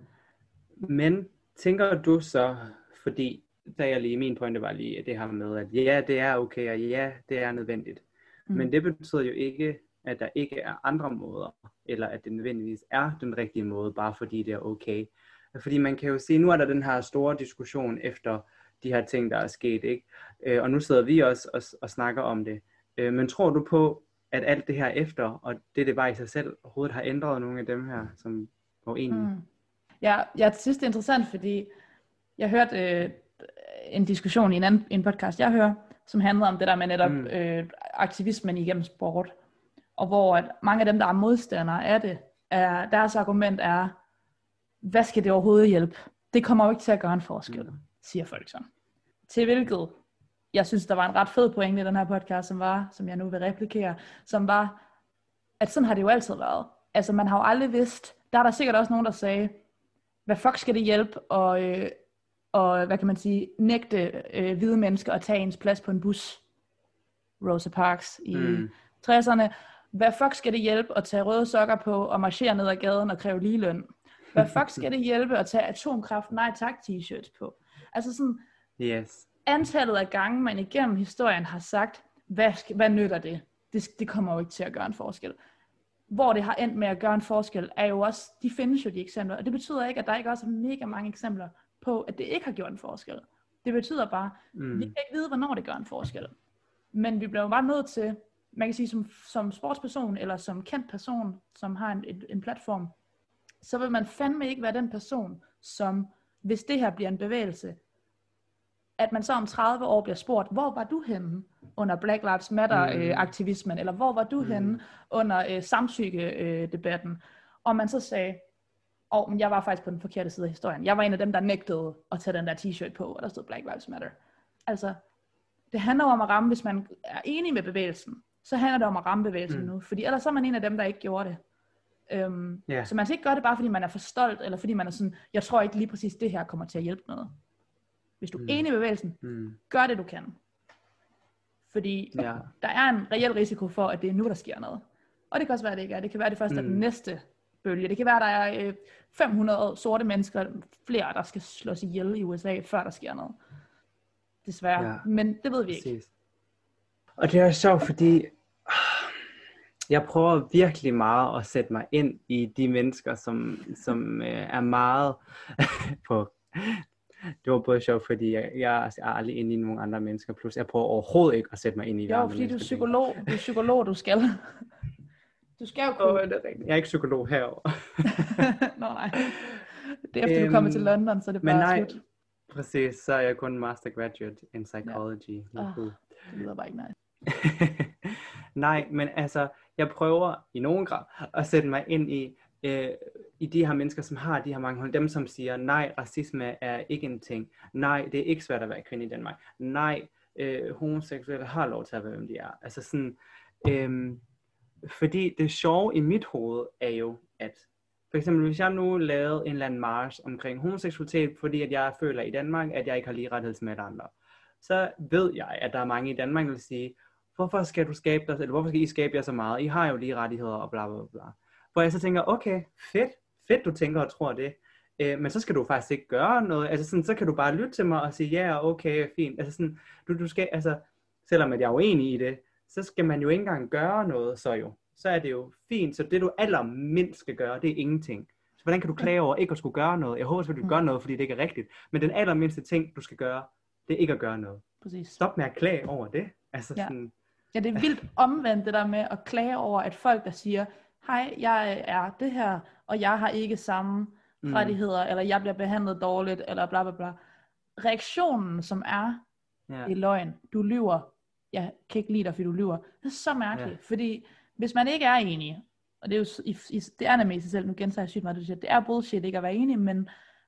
Men tænker du så, fordi da jeg lige, min pointe var lige det her med, at ja, det er okay, og ja, det er nødvendigt. Mm. Men det betyder jo ikke, at der ikke er andre måder, eller at det nødvendigvis er den rigtige måde, bare fordi det er okay. Fordi man kan jo sige, nu er der den her store diskussion efter de her ting, der er sket, ikke? Og nu sidder vi også og, og snakker om det. Men tror du på, at alt det her efter, og det det var i sig selv, overhovedet har ændret nogle af dem her, som var enige? Mm. Ja, jeg synes det er interessant, fordi jeg hørte øh, en diskussion i en anden en podcast, jeg hører, som handlede om det der med netop mm. øh, aktivismen igennem sport. Og hvor at mange af dem, der er modstandere af det, er, deres argument er, hvad skal det overhovedet hjælpe? Det kommer jo ikke til at gøre en forskel, mm. siger folk så. Til hvilket, jeg synes, der var en ret fed pointe i den her podcast, som var, som jeg nu vil replikere, som var, at sådan har det jo altid været. Altså man har jo aldrig vidst, der er der sikkert også nogen, der sagde, hvad fuck skal det hjælpe, og, øh, og hvad kan man sige, nægte øh, hvide mennesker at tage ens plads på en bus. Rosa Parks i mm. tresserne. Hvad fuck skal det hjælpe at tage røde sokker på og marchere ned ad gaden og kræve ligeløn? Hvad fuck skal det hjælpe at tage atomkraft nej tak t-shirts på? Altså sådan, yes. Antallet af gange, man igennem historien har sagt, hvad, hvad nytter det? det? Det kommer jo ikke til at gøre en forskel. Hvor det har endt med at gøre en forskel, er jo også, de findes jo de eksempler, og det betyder ikke, at der ikke også er mega mange eksempler på, at det ikke har gjort en forskel. Det betyder bare, mm. vi kan ikke vide, hvornår det gør en forskel. Men vi bliver jo bare nødt til, man kan sige, som, som sportsperson, eller som kendt person, som har en, en, en platform, så vil man fandme ikke være den person, som, hvis det her bliver en bevægelse, at man så om tredive år bliver spurgt, hvor var du henne under Black Lives Matter-aktivismen, mm. øh, eller hvor var du mm. henne under øh, samtykke-debatten, øh, og man så sagde, åh, oh, men jeg var faktisk på den forkerte side af historien. Jeg var en af dem, der nægtede at tage den der t-shirt på, og der stod Black Lives Matter. Altså, det handler om at ramme, hvis man er enig med bevægelsen, så handler det om at ramme bevægelsen mm. nu, fordi ellers er man en af dem, der ikke gjorde det. Um, yeah. Så man skal ikke gøre det bare, fordi man er for stolt, eller fordi man er sådan, jeg tror ikke lige præcis det her kommer til at hjælpe noget. Hvis du er mm. enig i bevægelsen, mm. gør det du kan. Fordi yeah. der er en reel risiko for, at det er nu, der sker noget. Og det kan også være, at det ikke er. Det kan være, at det først mm. er den næste bølge. Det kan være, at der er øh, fem hundrede sorte mennesker, flere, der skal slås ihjel i U S A, før der sker noget. Desværre. Ja. Men det ved vi ikke. Præcis. Og det er sjovt, fordi jeg prøver virkelig meget at sætte mig ind i de mennesker, som, som øh, er meget på... Det var både sjovt, fordi jeg, jeg er aldrig inde i nogle andre mennesker, plus jeg prøver overhovedet ikke at sætte mig ind i de andre mennesker. Jo, fordi du er psykolog. Du er psykolog, du skal. Du skal jo kunne... Oh, det er rigtigt. Jeg er ikke psykolog herovre. Nå nej. Det er efter øhm, du kommer til London, så er det bare nej, slut. Præcis, så er jeg kun master graduate in psychology. Ja. Oh, det lyder bare ikke nice. Nej, men altså, jeg prøver i nogen grad at sætte mig ind i, øh, i de her mennesker, som har de her mange hold. Dem, som siger, nej, racisme er ikke en ting. Nej, det er ikke svært at være kvinde i Danmark. Nej, øh, homoseksuelle har lov til at være, hvem de er. Altså sådan, øh, fordi det sjove i mit hoved er jo, at for eksempel, hvis jeg nu lavede en eller anden march omkring homoseksualitet, fordi at jeg føler i Danmark, at jeg ikke har lige rettighed med andre, så ved jeg, at der er mange i Danmark, der vil sige, hvorfor skal du skabe dig, eller hvorfor skal I skabe jer så meget? I har jo lige rettigheder og bla bla bla. Hvor jeg så tænker, okay, fedt, fedt du tænker og tror det. Øh, men så skal du faktisk ikke gøre noget. Altså sådan, så kan du bare lytte til mig og sige, ja, okay, fint. Altså sådan, du, du skal, altså, selvom at jeg er uenig i det, så skal man jo ikke engang gøre noget, så jo. Så er det jo fint. Så det du allermindst skal gøre, det er ingenting. Så hvordan kan du klage over ikke at skulle gøre noget? Jeg håber selvfølgelig, du gør noget, fordi det ikke er rigtigt. Men den allermindste ting, du skal gøre, det er ikke at gøre noget. Præcis. Stop med at klage over det. Altså ja. sådan... ja, det er vildt omvendt det der med at klage over, at folk der siger, hej, jeg er det her, og jeg har ikke samme mm. rettigheder, eller jeg bliver behandlet dårligt, eller bla bla bla. Reaktionen, som er, yeah. i løgn, du lyver, jeg kan ikke lide dig, fordi du lyver, det er så mærkeligt, yeah. fordi hvis man ikke er enig, og det er jo i, i, det er nemlig i sig selv, nu gentager jeg sygt meget, det er bullshit ikke at være enig, men,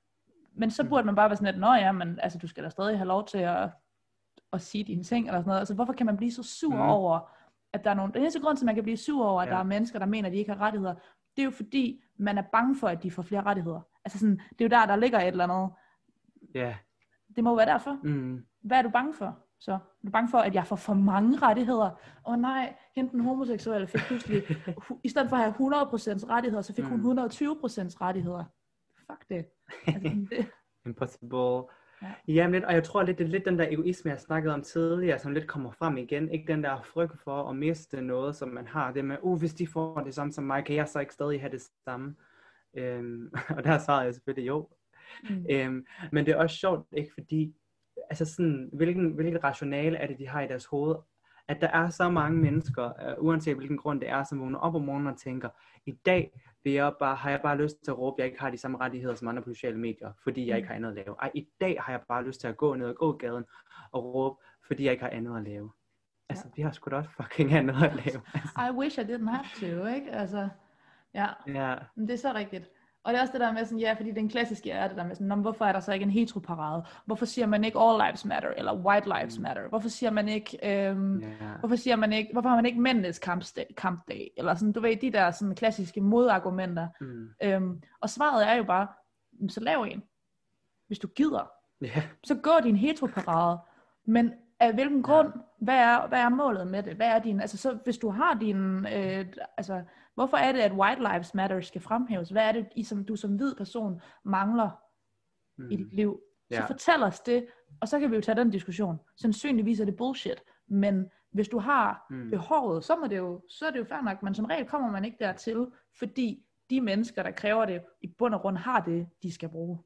men så burde man bare være sådan lidt, nå ja, men altså, du skal da stadig have lov til at, at sige dine ting, eller sådan noget. Altså hvorfor kan man blive så sur mm. over, at der er nogen, den eneste grund til, at man kan blive sur over, at ja. der er mennesker, der mener, at de ikke har rettigheder, det er jo fordi, man er bange for, at de får flere rettigheder. Altså sådan, det er jo der, der ligger et eller andet. Ja. Yeah. Det må være derfor. Mm. Hvad er du bange for? Så er du bange for, at jeg får for mange rettigheder? Åh oh, nej, hende den homoseksuelle fik pludselig, i stedet for at have hundrede procent rettigheder, så fik mm. hun et hundrede og tyve procent rettigheder. Fuck det. Altså, det. Impossible. Ja. Jamen, og jeg tror lidt, det er lidt den der egoisme, jeg snakkede om tidligere, som lidt kommer frem igen. Ikke den der frygt for at miste noget, som man har. Det med, uh, hvis de får det samme som mig, kan jeg så ikke stadig have det samme? Øhm, og der svarede jeg selvfølgelig jo. Mm. Øhm, men det er også sjovt, ikke? Fordi, altså sådan, hvilken, hvilket rationale er det, de har i deres hoved? At der er så mange mennesker, uh, uanset hvilken grund det er, som vågner op om morgenen og tænker, i dag vil jeg bare, har jeg bare lyst til at råbe, at jeg ikke har de samme rettigheder som andre på sociale medier, fordi jeg ikke har andet at lave. Ej, i dag har jeg bare lyst til at gå ned og gå gaden og råbe, fordi jeg ikke har andet at lave. Altså, ja. Vi har sgu da også fucking andet at lave. Altså. I wish I didn't have to, ikke? Altså, ja. ja. Men det er så rigtigt. Og det er også det der med sådan, ja, fordi den klassiske er det der med sådan, hvorfor er der så ikke en heteroparade? Hvorfor siger man ikke all lives matter, eller white lives matter? Hvorfor siger man ikke, øhm, yeah. hvorfor siger man ikke, hvorfor har man ikke mændenes kampdag, kampdag? Eller sådan, du ved, de der sådan klassiske modargumenter. Mm. Øhm, og svaret er jo bare, så lav en. Hvis du gider. Yeah. Så gå din heteroparade. Men af hvilken grund? Yeah. Hvad er, hvad er målet med det? Hvad er din, altså så hvis du har din, øh, altså, hvorfor er det, at White Lives Matter skal fremhæves? Hvad er det, I, som du som hvid person mangler mm. i dit liv? Så yeah. fortæl os det, og så kan vi jo tage den diskussion. Sandsynligvis er det bullshit, men hvis du har mm. behovet, så, må det jo, så er det jo fair nok, men som regel kommer man ikke dertil, fordi de mennesker, der kræver det, i bund og grund har det, de skal bruge.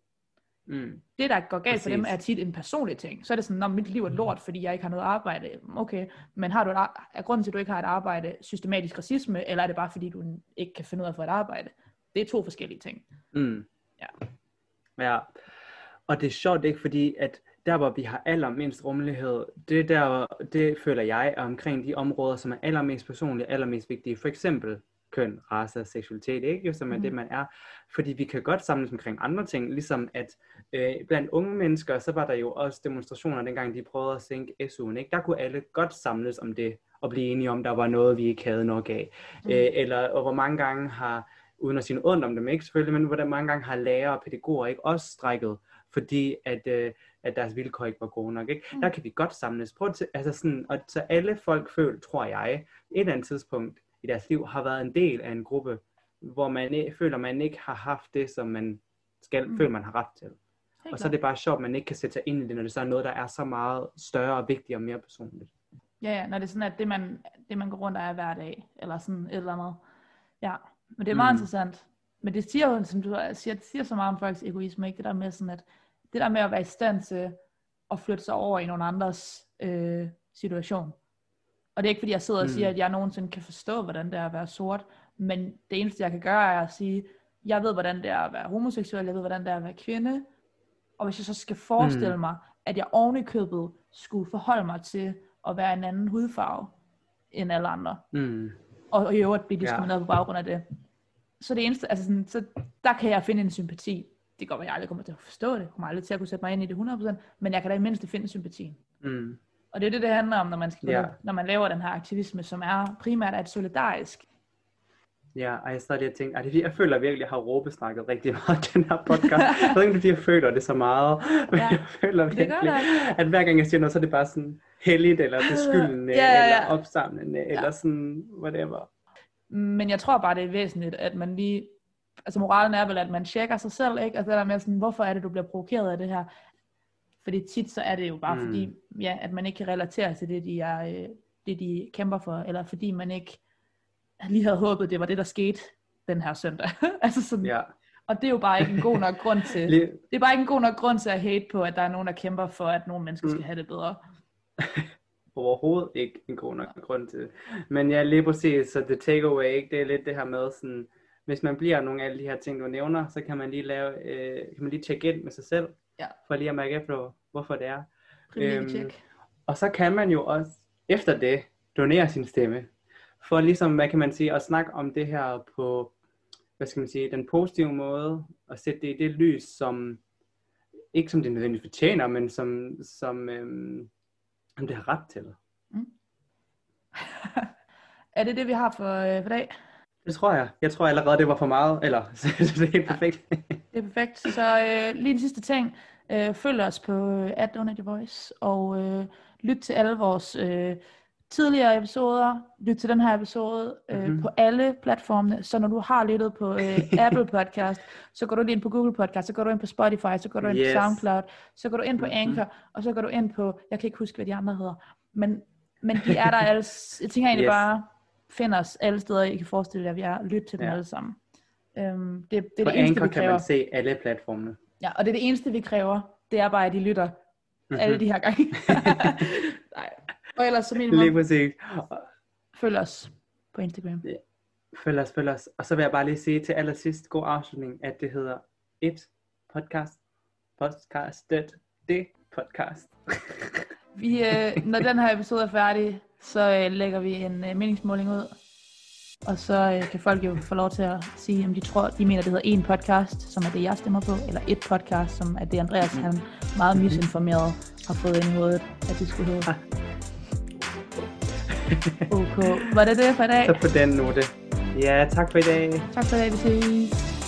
Mm. Det, der går galt Præcis. For dem, er tit en personlig ting. Så er det sådan, at mit liv er lort, fordi jeg ikke har noget arbejde. Okay, men har du et, er grunden til, at du ikke har et arbejde systematisk racisme, eller er det bare, fordi du ikke kan finde ud af at få et arbejde? Det er to forskellige ting. Mm. Ja. Ja, og det er sjovt ikke, fordi at der, hvor vi har allermindst rummelighed, det der, det føler jeg er omkring de områder, som er allermest personlige, allermest vigtige. For eksempel køn, race og seksualitet, ikke? Jo, som er mm. det, man er. Fordi vi kan godt samles omkring andre ting, ligesom at øh, blandt unge mennesker, så var der jo også demonstrationer, dengang de prøvede at sænke S U'en, ikke? Der kunne alle godt samles om det, og blive enige om, der var noget, vi ikke havde nok af. Mm. Øh, eller og hvor mange gange har, uden at sige noget ondt om dem, ikke selvfølgelig, men hvor mange gange har lærere og pædagoger ikke også strækket, fordi at, øh, at deres vilkår ikke var gode nok, ikke? Mm. Der kan vi godt samles. Prøv til, altså sådan, og så alle folk føler, tror jeg, et eller andet tidspunkt i deres liv har været en del af en gruppe, hvor man føler, man ikke har haft det, som man skal, mm. føler, man har ret til. Helt og så er det bare sjovt, at man ikke kan sætte sig ind i det, når det så er noget, der er så meget større og vigtigere og mere personligt. Ja, ja, når det er sådan, at det man, det, man går rundt af hver dag, eller sådan et eller andet. Ja, men det er meget mm. interessant. Men det siger jo, som du siger, det siger så meget om folks egoisme, ikke? Det der med sådan, at det der med at være i stand til at flytte sig over i nogle andres øh, situation. Og det er ikke fordi jeg sidder og mm. siger, at jeg nogensinde kan forstå, hvordan det er at være sort, men det eneste jeg kan gøre er at sige, jeg ved hvordan det er at være homoseksuel, jeg ved hvordan det er at være kvinde, og hvis jeg så skal forestille mm. mig, at jeg oven i købet skulle forholde mig til at være en anden hudfarve end alle andre, mm. og, og i øvrigt blive diskrimineret ja. På baggrund af det, så det eneste, altså sådan, så der kan jeg finde en sympati. Det går, at jeg aldrig kommer til at forstå det, jeg kommer aldrig til at kunne sætte mig ind i det hundrede procent, men jeg kan da i mindste finde sympatien. Mm. Og det er det, det handler om, når man, skal, yeah. når man laver den her aktivisme, som er primært er et solidarisk. Ja, og jeg sad lige og tænkte, at jeg føler virkelig, at jeg har råbesnakket rigtig meget i den her podcast. Jeg ved ikke, om jeg føler det så meget, men ja, jeg føler virkelig, at hver gang jeg siger noget, så er det bare sådan helligt, eller beskyldende, ja, ja, ja. Eller opsamlende, ja. Eller sådan whatever. Men jeg tror bare, det er væsentligt, at man lige altså moralen er vel, at man tjekker sig selv, ikke? Altså det der med sådan, hvorfor er det, du bliver provokeret af det her? Fordi tit så er det jo bare mm. fordi, ja, at man ikke kan relatere til det, de er, øh, det, de kæmper for, eller fordi man ikke lige havde håbet, det var det, der skete den her søndag. altså sådan, ja. Og det er jo bare ikke en god nok grund til, det er bare ikke en god nok grund til at hate på, at der er nogen, der kæmper for, at nogle mennesker mm. skal have det bedre. Overhovedet ikke en god nok ja. grund til det. Men ja, lige præcis, så the takeaway, ikke? Det er lidt det her med sådan, hvis man bliver nogle af alle de her ting, du nævner, så kan man lige lave, øh, kan man lige tjekke ind med sig selv, ja. for lige at mærke efter, hvorfor det er. Øhm, og så kan man jo også, efter det, donere sin stemme, for ligesom, hvad kan man sige, at snakke om det her på, hvad skal man sige, den positive måde, og sætte det i det lys, som, ikke som det nødvendigvis fortjener, men som, som, øhm, som det har ret til. Mm. Er det det, vi har for, øh, for dag? Det tror jeg. Jeg tror allerede, det var for meget. Eller, så det er helt perfekt. Ja, det er perfekt. Så øh, lige en sidste ting. Øh, følg os på øh, at Donate Your Voice, og øh, lyt til alle vores øh, tidligere episoder. Lyt til den her episode øh, mm-hmm. på alle platformene. Så når du har lyttet på øh, Apple Podcast, så går du ind på Google Podcast, så går du ind på Spotify, så går du ind yes. på SoundCloud, så går du ind på Anchor, mm-hmm. og så går du ind på, jeg kan ikke huske, hvad de andre hedder, men, men de er der alle. Jeg tænker egentlig yes. bare, find os alle steder, I kan forestille jer, at vi er. Lyt til dem ja. alle sammen. Um, det, det er på det eneste, Anchor vi kræver. Kan man se alle platformene. Ja, og det er det eneste, vi kræver. Det er bare, at de lytter mm-hmm. alle de her gange. Nej. Og ellers så minimum. Lige præcis. Følg os på Instagram. Ja. Følg os, følg os. Og så vil jeg bare lige sige til allersidst, god afslutning, at det hedder et podcast. Podcastet. Det podcast. vi, øh, når den her episode er færdig, så øh, lægger vi en øh, meningsmåling ud. Og så øh, kan folk jo få lov til at sige, om de tror, de mener, det hedder en podcast, som er det, jeg stemmer på, eller et podcast, som er det, Andreas, han meget misinformeret har fået ind i hovedet, at det skulle hedde. Okay. Var det det for i dag? Så på den note. Ja, tak for i dag. Tak for i dag, vi ses.